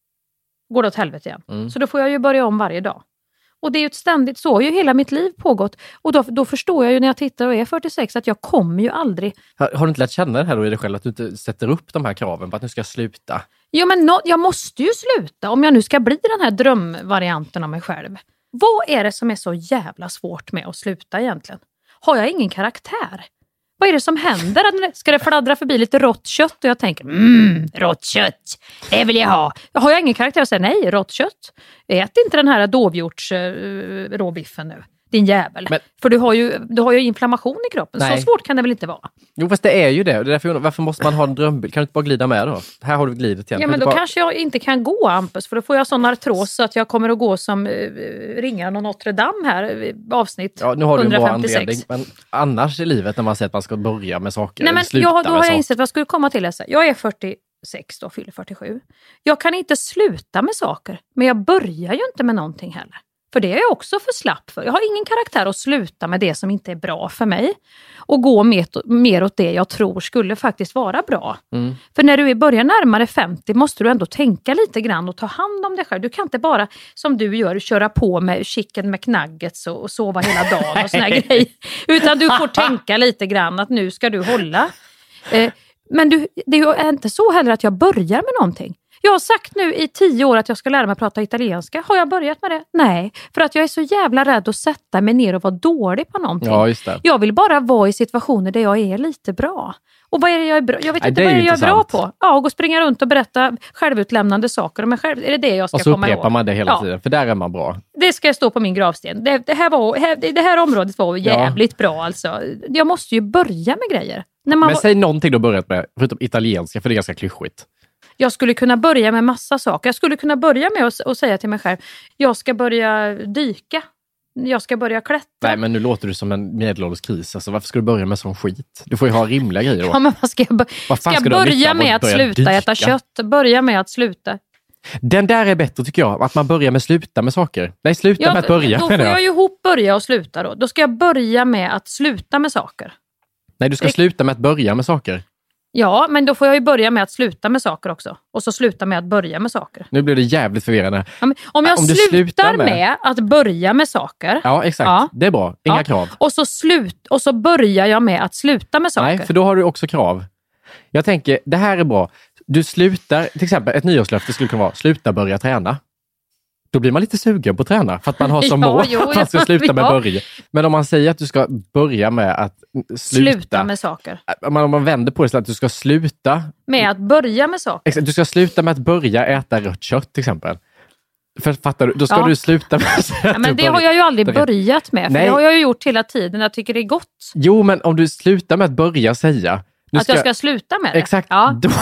går det åt helvete igen. Mm. Så då får jag ju börja om varje dag. Och det är ju ett ständigt, så har ju hela mitt liv pågått. Och då, då förstår jag ju när jag tittar och är fyrtiosex att jag kommer ju aldrig... Har, har du inte lärt känna det här då i dig själv, att du inte sätter upp de här kraven på att nu ska jag sluta? Jo, men no, jag måste ju sluta om jag nu ska bli den här drömvarianten av mig själv. Vad är det som är så jävla svårt med att sluta egentligen? Har jag ingen karaktär? Vad är det som händer? Ska det fladdra förbi lite rått kött och jag tänker, mm, rått kött, det vill jag ha. Har jag ingen karaktär och säger nej, rått kött. Ät inte den här dovhjorts uh, råbiffen nu. Din jävel. Men- För du har, ju, du har ju inflammation i kroppen. Nej. Så svårt kan det väl inte vara? Jo, fast det är ju det. Och det är därför jag undrar, varför måste man ha en drömbild? Kan du inte bara glida med då? Här har du glidet igen. Ja, Kan men du då bara... kanske jag inte kan gå, Hampus, för då får jag sån artros så att jag kommer att gå som uh, Ringaren och Notre Dame här, uh, avsnitt Ja, nu har du en bra hundrafemtiosex. anledning. Men annars i livet när man säger att man ska börja med saker. Nej, eller men sluta jag, har- då med har jag saker. insett vad jag skulle komma till. Alltså. Jag är fyrtiosex då, fyller fyrtiosju. Jag kan inte sluta med saker, men jag börjar ju inte med någonting heller. För det är jag också för slapp för. Jag har ingen karaktär att sluta med det som inte är bra för mig. Och gå mer, mer åt det jag tror skulle faktiskt vara bra. Mm. För när du är börjar närmare femtio måste du ändå tänka lite grann och ta hand om dig själv. Du kan inte bara, som du gör, köra på med chicken McNuggets och, och sova hela dagen och såna här grejer. Utan du får tänka lite grann att nu ska du hålla. Eh, men du, det är inte så heller att jag börjar med någonting. Jag har sagt nu i tio år att jag ska lära mig prata italienska. Har jag börjat med det? Nej. För att jag är så jävla rädd att sätta mig ner och vara dålig på någonting. Ja, just det. Jag vill bara vara i situationer där jag är lite bra. Och vad är det jag är bra? Jag vet Nej, inte det är vad är det ju jag är bra intressant. på. Ja, och gå springa runt och berätta självutlämnande saker om mig själv. Är det det jag ska Och så komma ihåg? upprepar man det hela Ja. tiden, för där är man bra. Det ska stå på min gravsten. Det, det, här, var, här, det här området var jävligt bra alltså. Jag måste ju börja med grejer. När man Men var, säg någonting du har börjat med, förutom italienska, för det är ganska klyschigt. jag skulle kunna börja med massa saker. Jag skulle kunna börja med att, att säga till mig själv, jag ska börja dyka. Jag ska börja klättra. Nej, men nu låter du som en medelålders kris. Alltså, varför ska du börja med sån skit? Du får ju ha rimliga grejer då. Ja, men vad ska jag, bör- Vad fan ska ska jag du ha nytta börja av med att att börja sluta dyka? äta kött? Börja med att sluta. Den där är bättre tycker jag, att man börjar med sluta med saker. Nej, sluta Ja, med att börja då med får det. jag ju ihop börja och sluta då. Då ska jag börja med att sluta med saker. Nej, du ska Det- sluta med att börja med saker. Ja, men då får jag ju börja med att sluta med saker också. Och så sluta med att börja med saker. Nu blir det jävligt förvirrande. Ja, men om jag Om du slutar, slutar med... med- att börja med saker. Ja, exakt. Ja. Det är bra. Inga Ja. krav. Och så, slut, och så börjar jag med att sluta med saker. Nej, för då har du också krav. Jag tänker, det här är bra. Du slutar, till exempel ett nyårslöfte skulle kunna vara, sluta börja träna. då blir man lite sugen på att träna. För att man har som Ja, mål jo, att man ska sluta med ja. börja. Men om man säger att du ska börja med att sluta. Sluta med saker. Om man, om man vänder på det så att du ska sluta. Med att börja med saker. Exakt, du ska sluta med att börja äta rött kött till exempel. För fattar du, då ska Ja. du sluta med att Ja, men det har jag ju aldrig börja. börjat med. För Nej. det har jag ju gjort hela tiden. Jag tycker det är gott. Jo, men om du slutar med att börja säga. Nu Att jag ska sluta med det. Exakt. Ja. Då,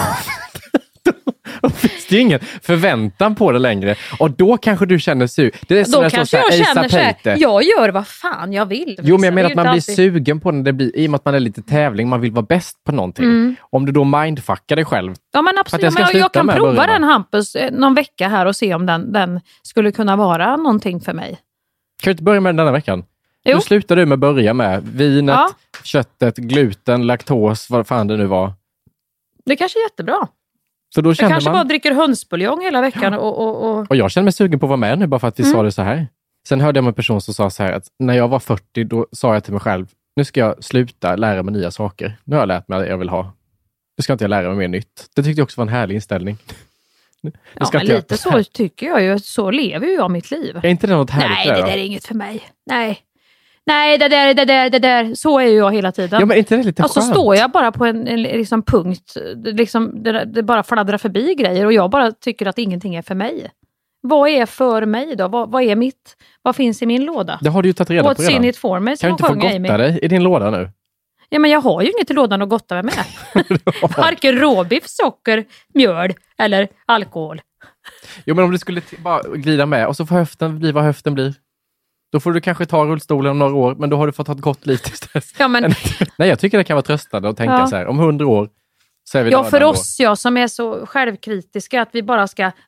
då finns det ju ingen förväntan på det längre. Och då kanske du känner sug. Det är som Då jag kanske så jag här, känner så här, Peite. jag gör vad fan jag vill. Jo, men jag menar Det att är man ju blir inte alltid- sugen på när det blir, i och med att man är lite tävling, man vill vara bäst på någonting. Mm. Om du då mindfuckar dig själv. Ja, men För att absolut. jag ska Jag, men jag, jag sluta kan med prova början. den Hampus eh, någon vecka här och se om den, den skulle kunna vara någonting för mig. Kan du inte börja med den denna veckan? Jo. Nu slutar du med att börja med vinet, Ja. köttet, gluten, laktos, vad fan det nu var. Det kanske är jättebra. För då Jag känner kanske man... bara dricker hönsbuljong hela veckan och... och, och... Och jag känner mig sugen på att vara med nu bara för att vi Mm. sa det så här. Sen hörde jag med en person som sa så här att när jag var fyrtio då sa jag till mig själv, nu ska jag sluta lära mig nya saker. Nu har jag lärt mig att jag vill ha. Nu ska inte jag lära mig mer nytt. Det tyckte jag också var en härlig inställning. Nu Ja, ska men inte jag- lite så tycker jag ju. Så lever ju jag mitt liv. Är inte det något härligt? Nej, där, det då? där är inget för mig. Nej. Nej, det där, det där, det där. Så är ju jag hela tiden. Ja, men inte det lite och så skönt? står jag bara på en, en liksom punkt. Det, liksom, det, det bara fladdrar förbi grejer och jag bara tycker att ingenting är för mig. Vad är för mig då? Vad, vad är mitt? Vad finns i min låda? Det har du ju tagit reda på What's in redan. it for me? Kan du Som inte få sjunger Amy. gotta dig i din låda nu? Ja, men jag har ju inget i lådan att gotta mig med. Varken råbiff, socker, mjöl eller alkohol. Jo, men om du skulle t- bara glida med och så får höften bli vad höften blir. Då får du kanske ta rullstolen om några år, men då har du fått ha ett gott liv tills dess. Ja, men... Nej, jag tycker det kan vara tröstande att tänka Ja. så här, om hundra år så är vi Ja, döda för ändå. oss ja, som är så självkritiska att vi bara ska... Ah,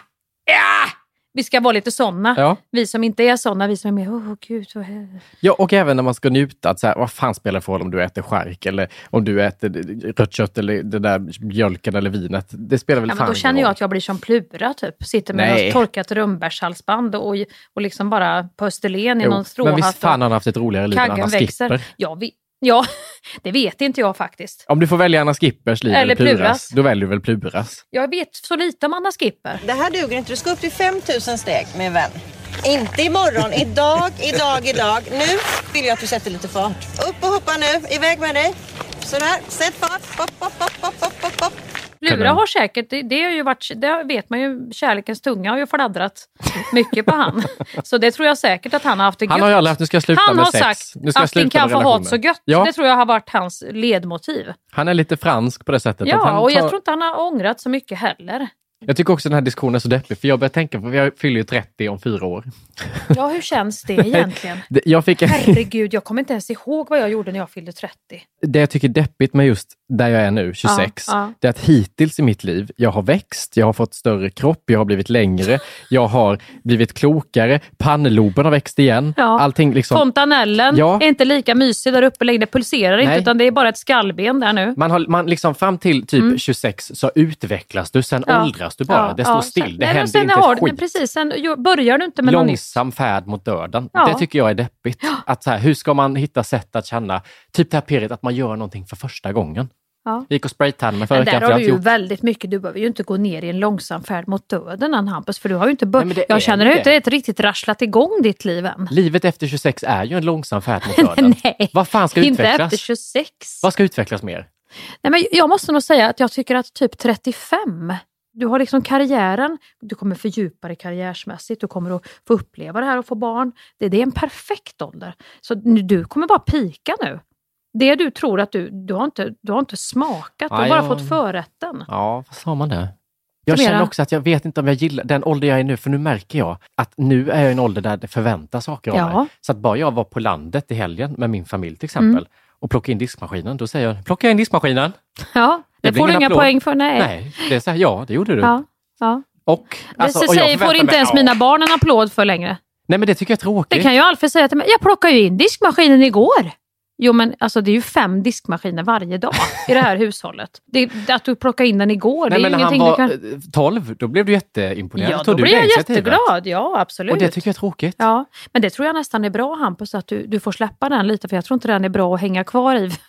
ja, vi ska vara lite såna. Ja. Vi som inte är såna, vi som är mer... Åh, gud, vad är... Ja, och även när man ska njuta, att så här, vad fan spelar det för roll om du äter skärk eller om du äter rött kött eller det där mjölken eller vinet. Det spelar väl Ja, fan men då ingen känner jag roll. att jag blir som Plura typ. Sitter med Nej. något torkat rönnbärshalsband och, och liksom bara på Österlen i Jo, någon stråhatt. men visst fan har han haft ett roligare liv än kaggen Anna växer. Skipper. Ja, vi, ja, det vet inte jag faktiskt. Om du får välja Anna Skippers liv Eller eller, Pluras, Pluras. då väljer du väl Pluras. Jag vet så lite om Anna Skipper. Det här duger inte. Du ska upp till fem tusen steg, min vän. Inte imorgon. Idag, idag, idag. Nu vill jag att du sätter lite fart. Upp och hoppa nu. Iväg med dig. Sådär. Sätt fart. Hopp, hopp, hopp, hopp, hopp, hopp, hopp. Plura har säkert, det, det, har ju varit, det vet man ju, kärlekens tunga har ju fladdrat mycket på han. Så det tror jag säkert att han har haft det gött. Han har ju aldrig haft, nu ska jag sluta Han med har sex. sagt Nu ska jag att din sluta med kan få ha relationer. det så gött. Ja. Det tror jag har varit hans ledmotiv. Han är lite fransk på det sättet. att Ja, han och jag tar- tror inte han har ångrat så mycket heller. Jag tycker också den här diskussionen är så deppig, för jag börjar tänka på, jag fyller ju trettio om fyra år. Ja, hur känns det egentligen? Det- Jag fick en... Herregud, jag kommer inte ens ihåg vad jag gjorde när jag fyllde trettio. Det jag tycker är deppigt med just där jag är nu, tjugosex, Ja, ja. det är att hittills i mitt liv, jag har växt, jag har fått större kropp, jag har blivit längre, jag har blivit klokare, pannloben har växt igen. Ja. Allting liksom... Fontanellen Ja. är inte lika mysig där uppe längre, pulserar inte Nej. utan det är bara ett skallben där nu. Man har, man liksom fram till typ Mm. tjugosex så utvecklas du, sen Ja. åldras du bara. Ja, det står ja, still, sen- det nej, men händer sen inte har, ett men skit. precis, sen ju- börjar du inte med något nytt. Långsam färd mot döden. Ja. Det tycker jag är deppigt. Att så här, hur ska man hitta sätt att känna, typ det här periet att man gör någonting för första gången. Ja. Gick och spraytannade mig förra Men veckan. där för har jag du ju gjort- väldigt mycket, du behöver ju inte gå ner i en långsam färd mot döden än Hampus, för du har ju inte Nej, men börjat. det är Jag känner det. ju inte ett riktigt rasslat igång ditt liv än. Livet efter tjugosex är ju en långsam färd mot döden. Nej, Vad fan ska inte utvecklas? efter tjugosex. Vad ska utvecklas mer? Nej, men jag måste nog säga att jag tycker att typ trettiofem, du har liksom karriären, du kommer fördjupa dig karriärsmässigt, du kommer att få uppleva det här och få barn. Det, det är en perfekt ålder. Så nu, du kommer bara pika nu. Det du tror att du, du har inte, du har inte smakat, du har Ja, bara jag- fått förrätten. Ja, vad sa man det? Jag Som känner era- också att jag vet inte om jag gillar den ålder jag är nu, för nu märker jag att nu är jag i en ålder där det förväntas saker av Ja. mig. Så att bara jag var på landet i helgen med min familj till exempel Mm. och plocka in diskmaskinen, då säger jag, plocka in diskmaskinen. Ja, det, blir får du ingen inga applåd. poäng för, nej. Nej, det är så här, ja, det gjorde du. Ja, ja. Och, alltså, det och jag säger, får förväntar inte mig- ens ja. mina barn en applåd för längre. Nej, men det tycker jag är tråkigt. Det kan ju Alfred säga till mig, jag plockade ju in diskmaskinen igår. Jo, men alltså det är ju fem diskmaskiner varje dag i det här hushållet. Det, att du plockade in den igår, Nej, det är men ju när han ingenting var du kan... eh, tolv, då blev du jätteimponerad. Ja, Tog då du blir jag det initiativet? jätteglad. Ja, absolut. Och det tycker jag är tråkigt. Ja, men det tror jag nästan är bra, Hampus, att du, du får släppa den lite, för jag tror inte den är bra att hänga kvar i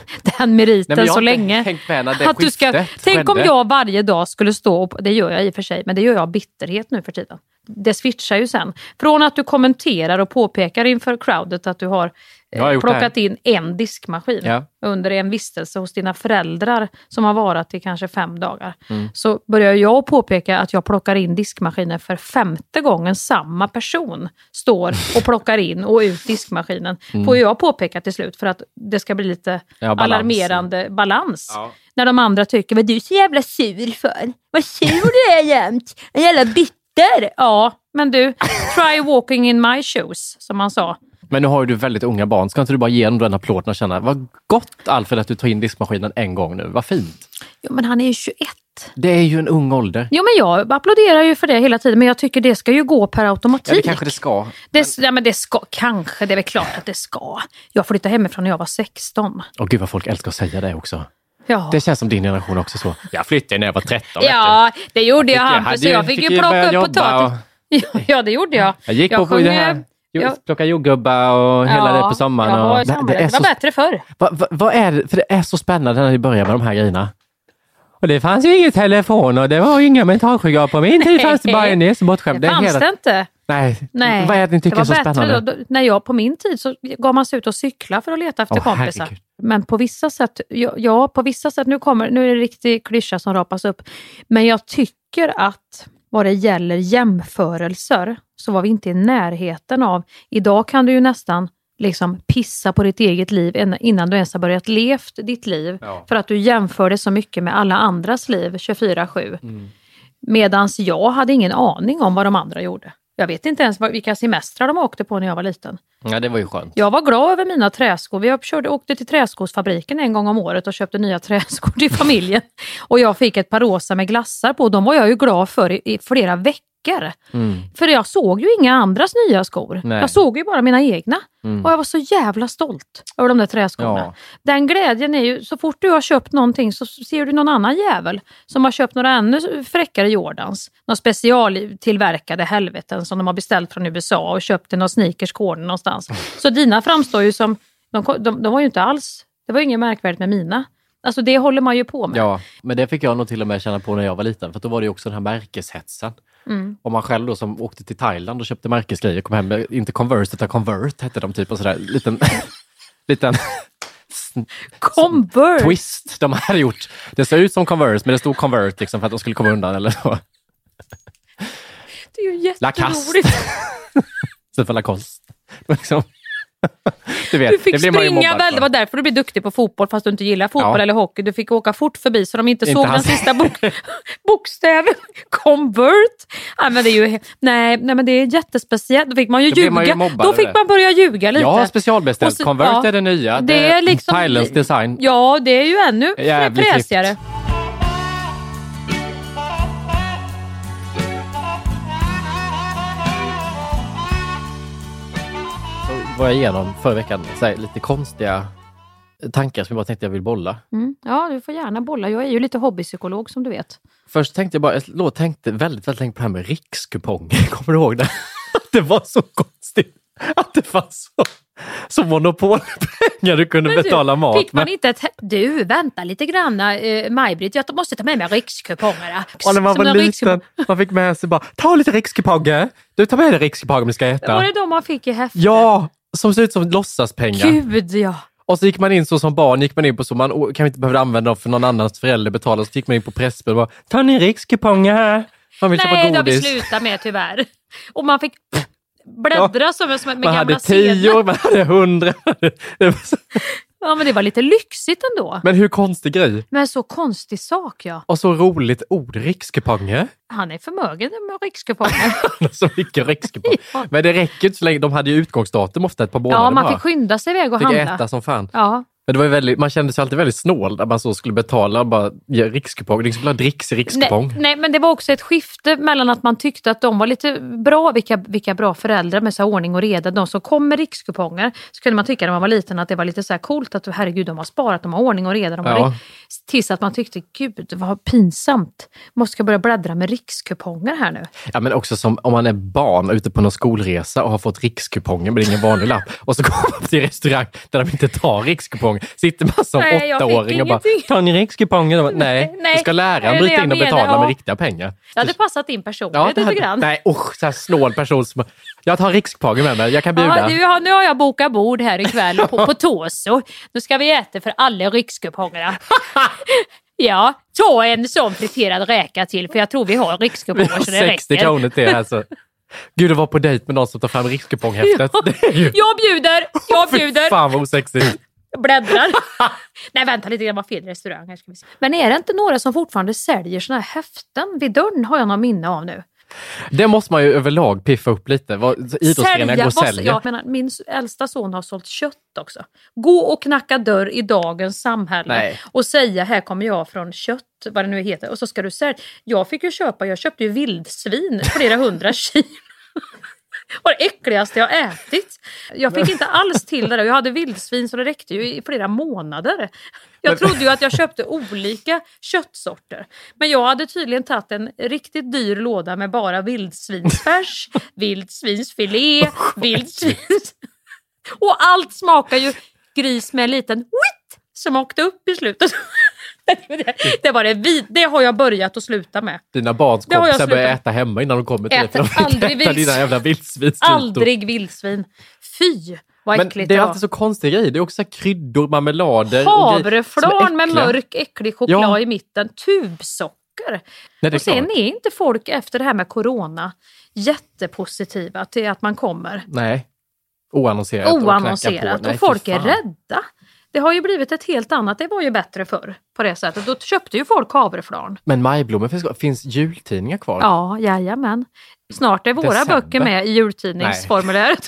den meriten Nej, så länge. Med när det att du ska, tänk om jag varje dag skulle stå, och, det gör jag i och för sig, men det gör jag av bitterhet nu för tiden. Det switchar ju sen. Från att du kommenterar och påpekar inför crowdet att du har eh, plockat in en diskmaskin ja. under en vistelse hos dina föräldrar som har varit i kanske fem dagar. Mm. Så börjar jag påpeka att jag plockar in diskmaskinen för femte gången samma person står och plockar in och ut diskmaskinen. Mm. Får jag påpeka till slut för att det ska bli lite ja, balans. alarmerande balans. Ja. När de andra tycker, vad du är så jävla sur för? Vad sur du är jämt? En jävla bitter. Ja, men du, try walking in my shoes, som man sa. Men nu har du väldigt unga barn. Ska inte du bara ge dem den applåden och känna, vad gott Alfred att du tar in diskmaskinen en gång nu. Vad fint. Jo, men han är ju tjugoett. Det är ju en ung ålder. Jo, men jag applåderar ju för det hela tiden. Men jag tycker det ska ju gå per automatik. Ja, det kanske det ska. Det, ja, men det ska, kanske. Det är väl klart att det ska. Jag flyttade hemifrån när jag var sexton. Och gud vad folk älskar att säga det också. Ja. Det känns som din generation också så. Jag flyttade när jag var tretton. Ja, det gjorde jag, Hampus. Jag fick, fick ju plocka upp potatis. Och... Ja, det gjorde jag. Jag gick jag på, på det här. Jag... Plocka jordgubbar och hela ja, det på sommaren. Ja, och... det, det, det var så... bättre förr. Vad va, va är det? För det är så spännande när vi börjar med de här grejerna. Och det fanns ju ingen telefon och det var ju inga mentalskyddar på min tid. Fanns det bara en näsbortskärm. Det fanns hela... det inte. Nej. Nej, vad är det ni tycker det är så spännande? Då, när jag på min tid så gav man sig ut och cykla för att leta efter oh, kompisar. Herregud. Men på vissa sätt, ja, ja på vissa sätt, nu kommer nu är det riktigt klyscha som rapas upp. Men jag tycker att vad det gäller jämförelser så var vi inte i närheten av. Idag kan du ju nästan liksom pissa på ditt eget liv innan du ens har börjat levt ditt liv. Ja. För att du jämför det så mycket med alla andras liv tjugofyra sju. Mm. Medans jag hade ingen aning om vad de andra gjorde. Jag vet inte ens vilka semestrar de åkte på när jag var liten. Ja, det var ju skönt. Jag var glad över mina träskor. Vi körde, åkte till träskorsfabriken en gång om året och köpte nya träskor till familjen. Och jag fick ett par rosa med glassar på. De var jag ju glad för i, i flera veckor. Mm. För jag såg ju inga andras nya skor. Nej. Jag såg ju bara mina egna. Mm. Och jag var så jävla stolt över de där träskorna. Ja. Den glädjen är ju, så fort du har köpt någonting så ser du någon annan jävel som har köpt några ännu fräckare Jordans. Några specialtillverkade helveten som de har beställt från U S A och köpt i någon sneakers corner någonstans. Mm. Så dina framstår ju som, de, de, de var ju inte alls, det var ju inget märkvärdigt med mina. Alltså det håller man ju på med. Ja, men det fick jag nog till och med känna på när jag var liten. För då var det ju också den här märkeshetsen. Mm. Och man själv då som åkte till Thailand och köpte märkesgrejer kom hem med, inte Converse utan Convert hette de typ och sådär. Liten, liten Convert. Twist de hade gjort. Det såg ut som Converse men det stod Convert liksom för att de skulle komma undan eller så. Det är ju jätteroligt. Så för Lacoste. Liksom. Du, vet, du fick det blir springa väl, det var därför du blev duktig på fotboll fast du inte gillar fotboll ja. eller hockey. Du fick åka fort förbi så de inte, inte såg hans... den sista bok... bokstäven. Convert. Nej men, det är ju... nej, nej men det är jättespeciellt. Då fick man ju ljuga. Man ju Då fick man börja ljuga lite. Ja, specialbeställt. Så, Convert ja, är det nya. Det är liksom... Thailands design. Ja, det är ju ännu fräsigare. Var jag igenom förra veckan så här, lite konstiga tankar som jag bara tänkte jag vill bolla. Mm. Ja, du får gärna bolla. Jag är ju lite hobbypsykolog som du vet. Först tänkte jag bara, jag tänkte väldigt, väldigt länge på det här med rikskuponger. Kommer du ihåg det? Det var så konstigt att det fanns så, så monopolpengar du kunde du, betala mat. Fick man men... inte ett... Du, vänta lite grann, eh, Maj-Britt. Jag måste ta med mig rikskuponger. Och när man var liten, rikskup... man fick med sig bara, ta lite rikskuponger. Du tar med dig rikskuponger om du ska äta. Var det de man fick i häftet? Ja, som ser ut som låtsaspengar. Gud, ja. Och så gick man in så som barn, gick man in på så, man kan inte behöva använda dem för någon annans förälder betalar. Så gick man in på Pressbyrån och bara, ta ni rikskuponger här? Man vill Nej, köpa godis. Det har vi slutat med tyvärr. Och man fick bläddra ja. som med man gamla hade tio, man hade hundra. Ja, men det var lite lyxigt ändå. Men hur konstig grej. Men så konstig sak, ja. Och så roligt ord, rikskuponger. Han är förmögen med rikskuponger. Han har så mycket rikskuponger. Ja. Men det räcker inte så länge. De hade ju utgångsdatum ofta ett par månader. Ja, man bara. fick skynda sig iväg och fick handla. Fick äta som fan. Ja. Men det var ju väldigt, man kände sig alltid väldigt snål när man så skulle betala och bara ge rikskupong. Det skulle ha dricks i rikskupong. Nej, nej, men det var också ett skifte mellan att man tyckte att de var lite bra, vilka, vilka bra föräldrar med så här ordning och reda. De som kom med rikskuponger så kunde man tycka när man var liten att det var lite så här coolt att herregud, de har sparat, de har ordning och reda. De har ja. Tills att man tyckte, gud vad pinsamt. Måste jag börja bläddra med rikskuponger här nu. Ja, men också som om man är barn ute på någon skolresa och har fått rikskuponger med ingen vanlig lapp. Och så kommer man till restaurang där de inte tar rikskuponger. Sitter man som nej, åttaåring och bara, tar ni rikskuponger? Nej, nej, nej. Ska läraren bryta in och betala ja. med riktiga pengar? Ja, det passat in personen ja, lite hade, grann. Nej, usch, så här snål person som... Jag tar rikskuponger med mig, jag kan bjuda. Ja, nu, har, nu har jag bokat bord här ikväll på, på Toso. Nu ska vi äta för alla rikskupongerna. Ja, ta en sån friterad räka till för jag tror vi har rikskuponger så det räcker. sextio kronor till alltså. Gud, att vara på dejt med någon som tar fram rikskuponghäftet. Ja, ju... Jag bjuder, jag bjuder. Fy fan vad osexigt. Bläddrar. Nej, vänta lite, det var fel restaurang här ska vi se. Men är det inte några som fortfarande säljer såna här häften vid dörren har jag någon minne av nu. Det måste man ju överlag piffa upp lite. Idrottsföreningar går och säljer. Jag menar, min äldsta son har sålt kött också. Gå och knacka dörr i dagens samhälle. Nej. Och säga, här kommer jag från kött, vad det nu heter. Och så ska du säga, jag fick ju köpa, jag köpte ju vildsvin flera hundra kilo. var det äckligaste jag ätit. Jag fick inte alls till det där. Jag hade vildsvin så det räckte ju i flera månader. Jag trodde ju att jag köpte olika köttsorter. Men jag hade tydligen tagit en riktigt dyr låda med bara vildsvinsfärs, vildsvinsfilé, vildsvins... Och allt smakar ju gris med en liten whitt som åkte upp i slutet. Det, det, var det, vid, det har jag börjat att sluta med. Dina barns kompisar börjar äta hemma innan de kommer till äter dig. Aldrig vildsvin. Dina jävla vildsvin. Aldrig vildsvin. Fy, vad men äckligt det är det alltid så konstiga grejer. Det är också kryddor, marmelader. Havreflarn med mörk, äcklig choklad ja. i mitten. Tubsocker. Nej, och sen är inte folk efter det här med corona jättepositiva till att man kommer. Nej, oannonserat. Oannonserat. Och, Nej, och folk är rädda. Det har ju blivit ett helt annat. Det var ju bättre förr på det sättet. Då köpte ju folk havreflarn. Men majblommor finns, finns jultidningar kvar? Ja, jajamän. Snart är våra December. böcker med i jultidningsformuläret.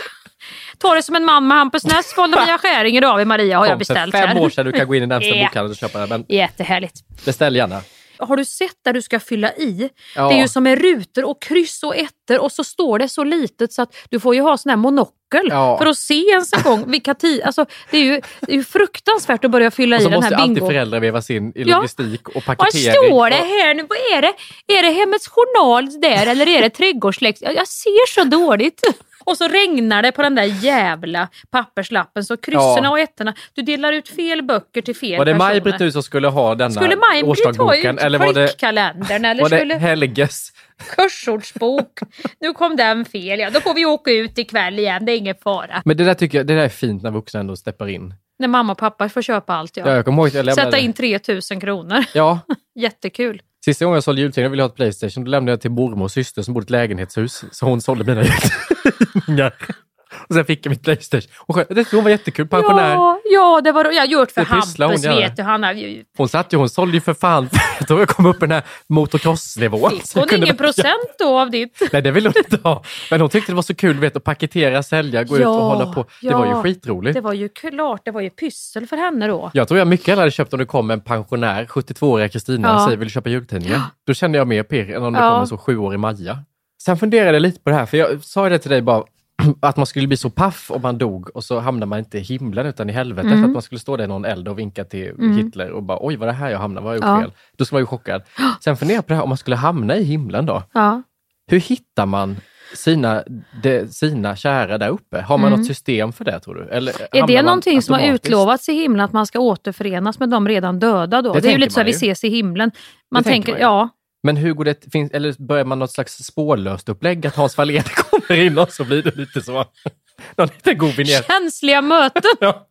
Ta det som en man med Hampus Näss. Mia Skäring idag vid Maria har Kom, jag beställt här. Fem år sedan du kan gå in i närmsta yeah. bokhandeln och köpa den. Men jättehärligt. Beställ gärna. Har du sett där du ska fylla i? Ja. Det är ju som en rutor och kryss och ettor och så står det så litet så att du får ju ha sån här monokel ja. för att se ens en gång vilka tid. Alltså det är ju det är ju fruktansvärt att börja fylla i den här bingo. Och så måste alltid föräldrar vevas in i logistik ja. och paketering. Vad står det här nu? Vad är det? Är det Hemmets Journal där eller är det trädgårdsläx? Jag ser så dåligt. Och så regnar det på den där jävla papperslappen. Så krysserna ja. och ettorna. Du delar ut fel böcker till fel var det personer. Maj-Britt nu som skulle ha denna skulle årsdagboken? Eller var det kalendern? Eller var det skulle... Helges? Kursordsbok. Nu kom den fel. Ja, då får vi åka ut ikväll igen. Det är ingen fara. Men det där tycker jag det där är fint när vuxna ändå steppar in. När mamma och pappa får köpa allt. Ja. Ja, jag kommer ihåg, jag Sätta in tre tusen kronor. Ja. Jättekul. Sista gången jag sålde jultidningar ville jag ha ett PlayStation. Då lämnade jag till mormor och syster som bodde i ett lägenhetshus. Så hon sålde mina jultidningar. Och sen fick jag mitt PlayStation. Och det var jättekul, pensionär. Ja, ja det var jag har gjort för Hampus, vet du. Han, har... hon satt ju, hon sålde ju för fan. Då jag kom upp på den här motocross-nivån. Fick hon ingen procent då av ditt? Nej, det ville hon inte ha. Men hon tyckte det var så kul, vet, att paketera, sälja, gå ja, ut och hålla på. Det ja, var ju skitroligt. Det var ju klart, det var ju pyssel för henne då. Jag tror jag mycket hellre hade köpt om det kom en pensionär, sjuttiotvååriga Kristina, ja. och säger vill köpa jultidningar. Ja. Då kände jag mer pirr än om det ja. kom en så sjuårig Maja. Sen funderade jag lite på det här, för jag sa det till dig bara att man skulle bli så paff om man dog och så hamnar man inte i himlen utan i helvetet. Mm. För att man skulle stå där i någon eld och vinka till mm. Hitler och bara oj vad det här jag hamnar, vad har jag gjort ja. fel? Då skulle man ju chockad. Sen funderar jag på det här, om man skulle hamna i himlen då. Ja. Hur hittar man sina, de, sina kära där uppe? Har man mm. något system för det tror du? Eller är det någonting som har utlovats i himlen att man ska återförenas med de redan döda då? Det, det är ju lite så att vi ses i himlen. Man det tänker, man ja. Men hur går det, finns, eller börjar man något slags spårlöst upplägg att Hans Wallén kommer in och så blir det lite så någon liten god vinjett. Känsliga möten. Ja.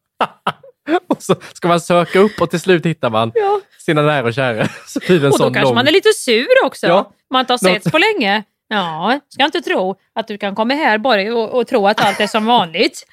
Och så ska man söka upp och till slut hittar man ja. sina nära och kära. Så blir det en och då sån kanske lång... man är lite sur också. Ja. Man inte har setts något... på länge. Ja, ska inte tro att du kan komma här bara och, och tro att allt är som vanligt.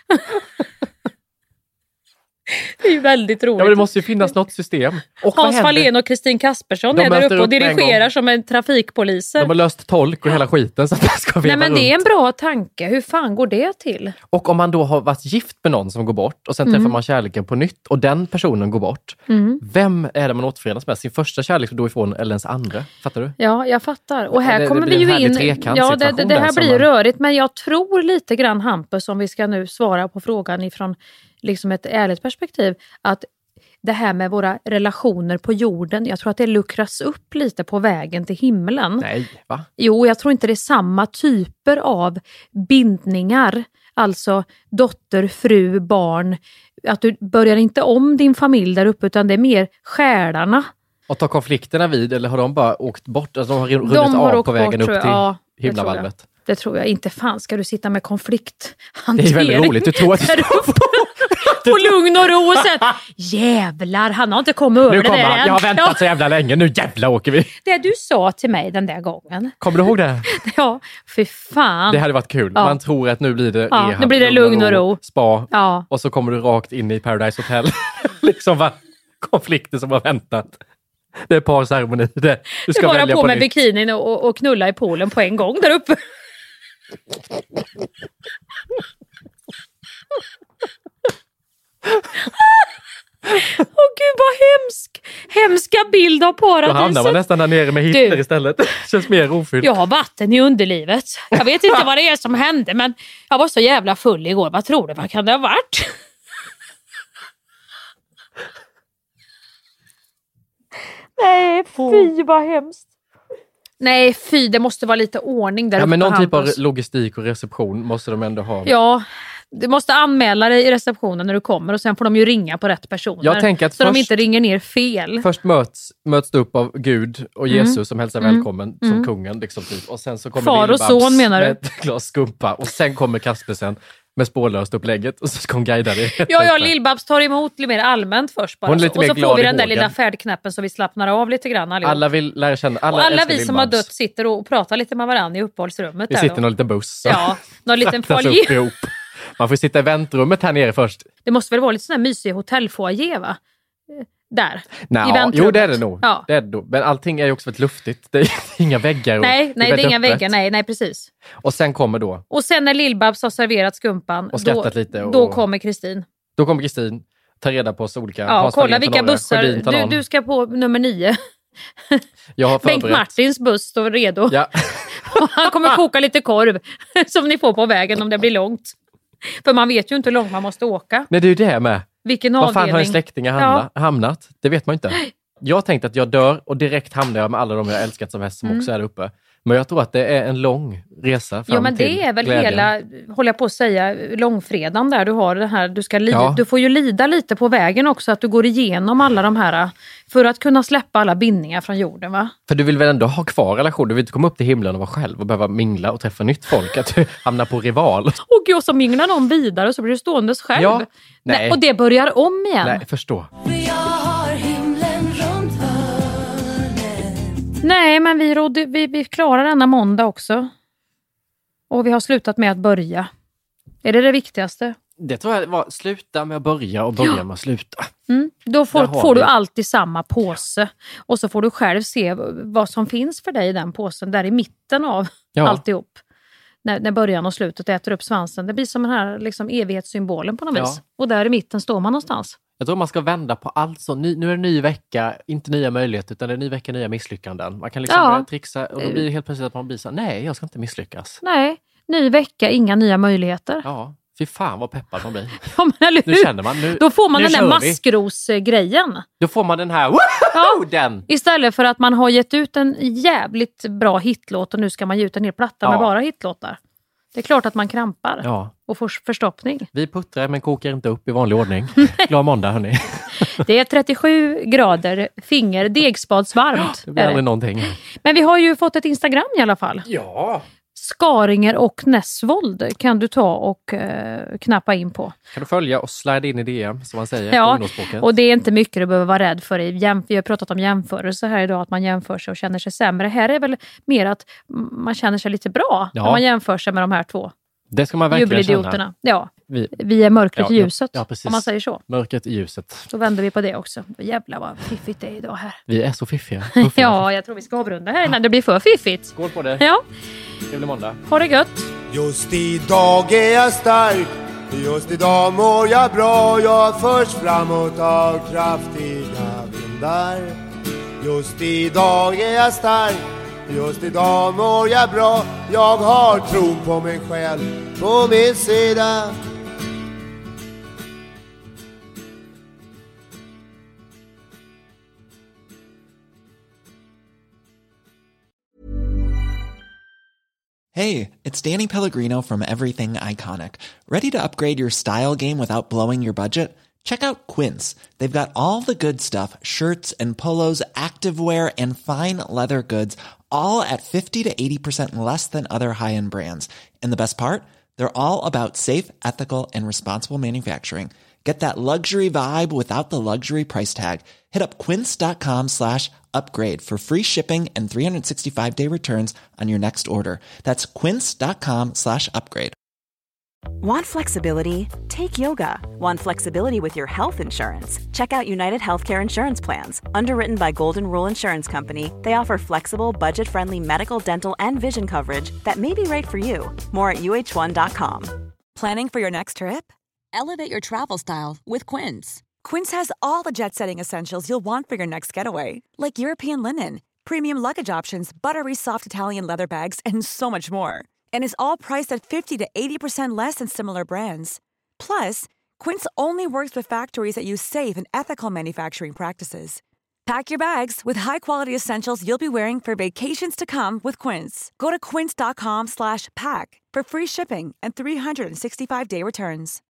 Det är ju väldigt roligt. Ja, men det måste ju finnas något system. Och Hans Wallén och Kristin Kaspersson de är där uppe och dirigerar en som en trafikpoliser. De har löst tolk och hela skiten så att det ska Nej, men runt. Det är en bra tanke. Hur fan går det till? Och om man då har varit gift med någon som går bort och sen mm. träffar man kärleken på nytt och den personen går bort. Mm. Vem är det man återförenas med? Sin första kärlek då ifrån eller ens andra? Fattar du? Ja, jag fattar. Och här det, kommer det vi ju in... Ja, det, det, det här blir man... rörigt. Men jag tror lite grann, Hampus, om vi ska nu svara på frågan ifrån liksom ett ärligt perspektiv, att det här med våra relationer på jorden, jag tror att det luckras upp lite på vägen till himlen. Nej, va? Jo, jag tror inte det är samma typer av bindningar. Alltså dotter, fru, barn. Att du börjar inte om din familj där uppe, utan det är mer själarna. Och tar konflikterna vid, eller har de bara åkt bort? Alltså de har runnit de har av på vägen bort, upp till ja, himlavalvet. Det tror jag inte. Fan, ska du sitta med konflikt? Det är väldigt roligt. Du tror att det på lugn och ro och sen, jävlar, han har inte kommit över nu det kommer där han. än. Jag har väntat ja. så jävla länge. Nu jävla åker vi. Det du sa till mig den där gången. Kommer du ihåg det? Ja, för fan. Det hade varit kul. Ja. Man tror att nu blir det ja, rehab, nu blir det lugn och ro. Spa. Ja. Och så kommer du rakt in i Paradise Hotel. liksom va? Konflikter som har väntat. Det är parceremoni. Det, du ska det bara välja på på med nytt. bikinin och, och knulla i poolen på en gång där uppe. Åh oh, gud vad hemsk. Hemska bild av paradiset. Då hamnar man nästan där nere med Hitler du, istället. Känns mer ofyllt. Jag har vatten i underlivet. Jag vet inte vad det är som hände, men jag var så jävla full igår. Vad tror du? Vad kan det ha varit? Nej, fy vad hemskt. Nej, fy, det måste vara lite ordning där ja, uppe. Men någon typ av Hampus. logistik och reception måste de ändå ha. Ja, du måste anmäla dig i receptionen när du kommer och sen får de ju ringa på rätt personer. Jag tänker att så först, de inte ringer ner fel. Först möts, möts du upp av Gud och Jesus mm. som hälsar mm. välkommen mm. som kungen. Liksom, typ. Och sen så kommer Far och son menar du? Med ett glas skumpa. Och sen kommer Kaspersen med spårlöst upplägget och så ska hon guida dig. Ja, ja, Lill-Babs tar emot lite mer allmänt först bara. Lite och så får vi den där hågen. lilla färdknappen så vi slappnar av lite grann allihop. Alla vill lära känna. Alla, och alla vi Lill-Babs. som har dött sitter och pratar lite med varandra i uppehållsrummet. Vi där sitter i då. någon liten buss. Ja, någon liten foyer. Man får sitta i väntrummet här nere först. Det måste väl vara lite sån här mysig hotellfoyer, va? Där. Nå, i väntrummet. Jo, det är det nog. Ja. Det är det nog. Men allting är ju också väldigt luftigt. Det är inga väggar. Och nej, nej, det är, det är inga öppet. väggar. Nej, nej, precis. Och sen kommer då. Och sen när Lill-Babs har serverat skumpan. Och skrattat då, lite. Och, då kommer Kristin. Då kommer Kristin. Ta reda på oss olika. Ja, kolla vilka bussar. Du, du ska på nummer nio. Jag har Bengt Martins buss står redo. Ja. Han kommer koka lite korv. Som ni får på vägen om det blir långt. För man vet ju inte hur långt man måste åka. Nej, det är ju det med. Vilken Var avdelning? fan har en släkting hamnat? Ja. hamnat? Det vet man inte. Jag tänkte att jag dör och direkt hamnar jag med alla de jag älskat som häst som mm. också är där uppe. Men jag tror att det är en lång resa fram Ja, men det till är väl glädjen. hela, håller jag på att säga, långfredagen där du har det här. Du, ska li- ja. du får ju lida lite på vägen också, att du går igenom alla de här för att kunna släppa alla bindningar från jorden, va? För du vill väl ändå ha kvar relation? Du vill inte komma upp till himlen och vara själv och behöva mingla och träffa nytt folk. Att du hamnar på rival. Och gud, så minglar någon vidare och så blir du ståendes själv. Ja, nej. nej. Och det börjar om igen. Nej, förstå. Nej, men vi, rådde, vi, vi klarar denna måndag också. Och vi har slutat med att börja. Är det det viktigaste? Det tror jag var sluta med att börja och börja ja. med att sluta. Mm. Då får, får du alltid samma påse. Och så får du själv se vad som finns för dig i den påsen. Där i mitten av ja. alltihop. När, när början och slutet äter upp svansen. Det blir som den här liksom, evighetssymbolen på något ja. vis. Och där i mitten står man någonstans. Jag tror man ska vända på allt så. Ny, nu är det en ny vecka, inte nya möjligheter utan det är en ny vecka, nya misslyckanden. Man kan liksom ja. börja trixa och då blir det helt plötsligt att man blir så nej, jag ska inte misslyckas. Nej, ny vecka, inga nya möjligheter. Ja, fy fan vad peppad man blir. Ja, men eller hur? Nu känner man, nu, då får man nu den där maskrosgrejen. Då får man den här, woho, ja. den! Istället för att man har gett ut en jävligt bra hitlåt och nu ska man ge ut en hel platta ja. med bara hitlåtar. Det är klart att man krampar ja. och får förstoppning. Vi puttrar men kokar inte upp i vanlig ordning. Glad måndag hörni. Det är trettiosju grader finger degspadsvarmt. Det blir aldrig någonting. Men vi har ju fått ett Instagram i alla fall. Ja. Skaringer och Näsvold kan du ta och uh, knappa in på. Kan du följa och slide in i D M som man säger. Ja, och det är inte mycket du behöver vara rädd för. Jämf- vi har pratat om jämförelse här idag, att man jämför sig och känner sig sämre. Här är väl mer att man känner sig lite bra ja. när man jämför sig med de här två. Det ska man verkligen känna. Ja, vi, vi är mörkret ja, i ljuset, ja, precis. om man säger så. Mörkret i ljuset. Då vänder vi på det också. Jävlar vad fiffigt det är idag här. Vi är så fiffiga. Ja, jag tror vi ska avrunda här innan det blir för fiffigt. Skål på det. Ja. Trevlig måndag. Ha det gött. Just idag är jag stark. Just idag mår jag bra. Jag förs framåt av kraftiga vindar. Just idag är jag stark. Just idag mår jag bra. Jag har tron på mig själv på min sida. Hey, it's Danny Pellegrino from Everything Iconic. Ready to upgrade your style game without blowing your budget? Check out Quince. They've got all the good stuff, shirts and polos, activewear, and fine leather goods, all at fifty to eighty percent less than other high-end brands. And the best part? They're all about safe, ethical, and responsible manufacturing. Get that luxury vibe without the luxury price tag. Hit up quince.com slash upgrade for free shipping and three sixty-five day returns on your next order. That's quince.com slash upgrade. Want flexibility? Take yoga. Want flexibility with your health insurance? Check out United Healthcare Insurance Plans. Underwritten by Golden Rule Insurance Company, they offer flexible, budget-friendly medical, dental, and vision coverage that may be right for you. More at U H one dot com. Planning for your next trip? Elevate your travel style with Quince. Quince has all the jet-setting essentials you'll want for your next getaway, like European linen, premium luggage options, buttery soft Italian leather bags, and so much more. And is all priced at fifty to eighty percent less than similar brands. Plus, Quince only works with factories that use safe and ethical manufacturing practices. Pack your bags with high-quality essentials you'll be wearing for vacations to come with Quince. Go to quince.com slash pack for free shipping and three sixty-five day returns.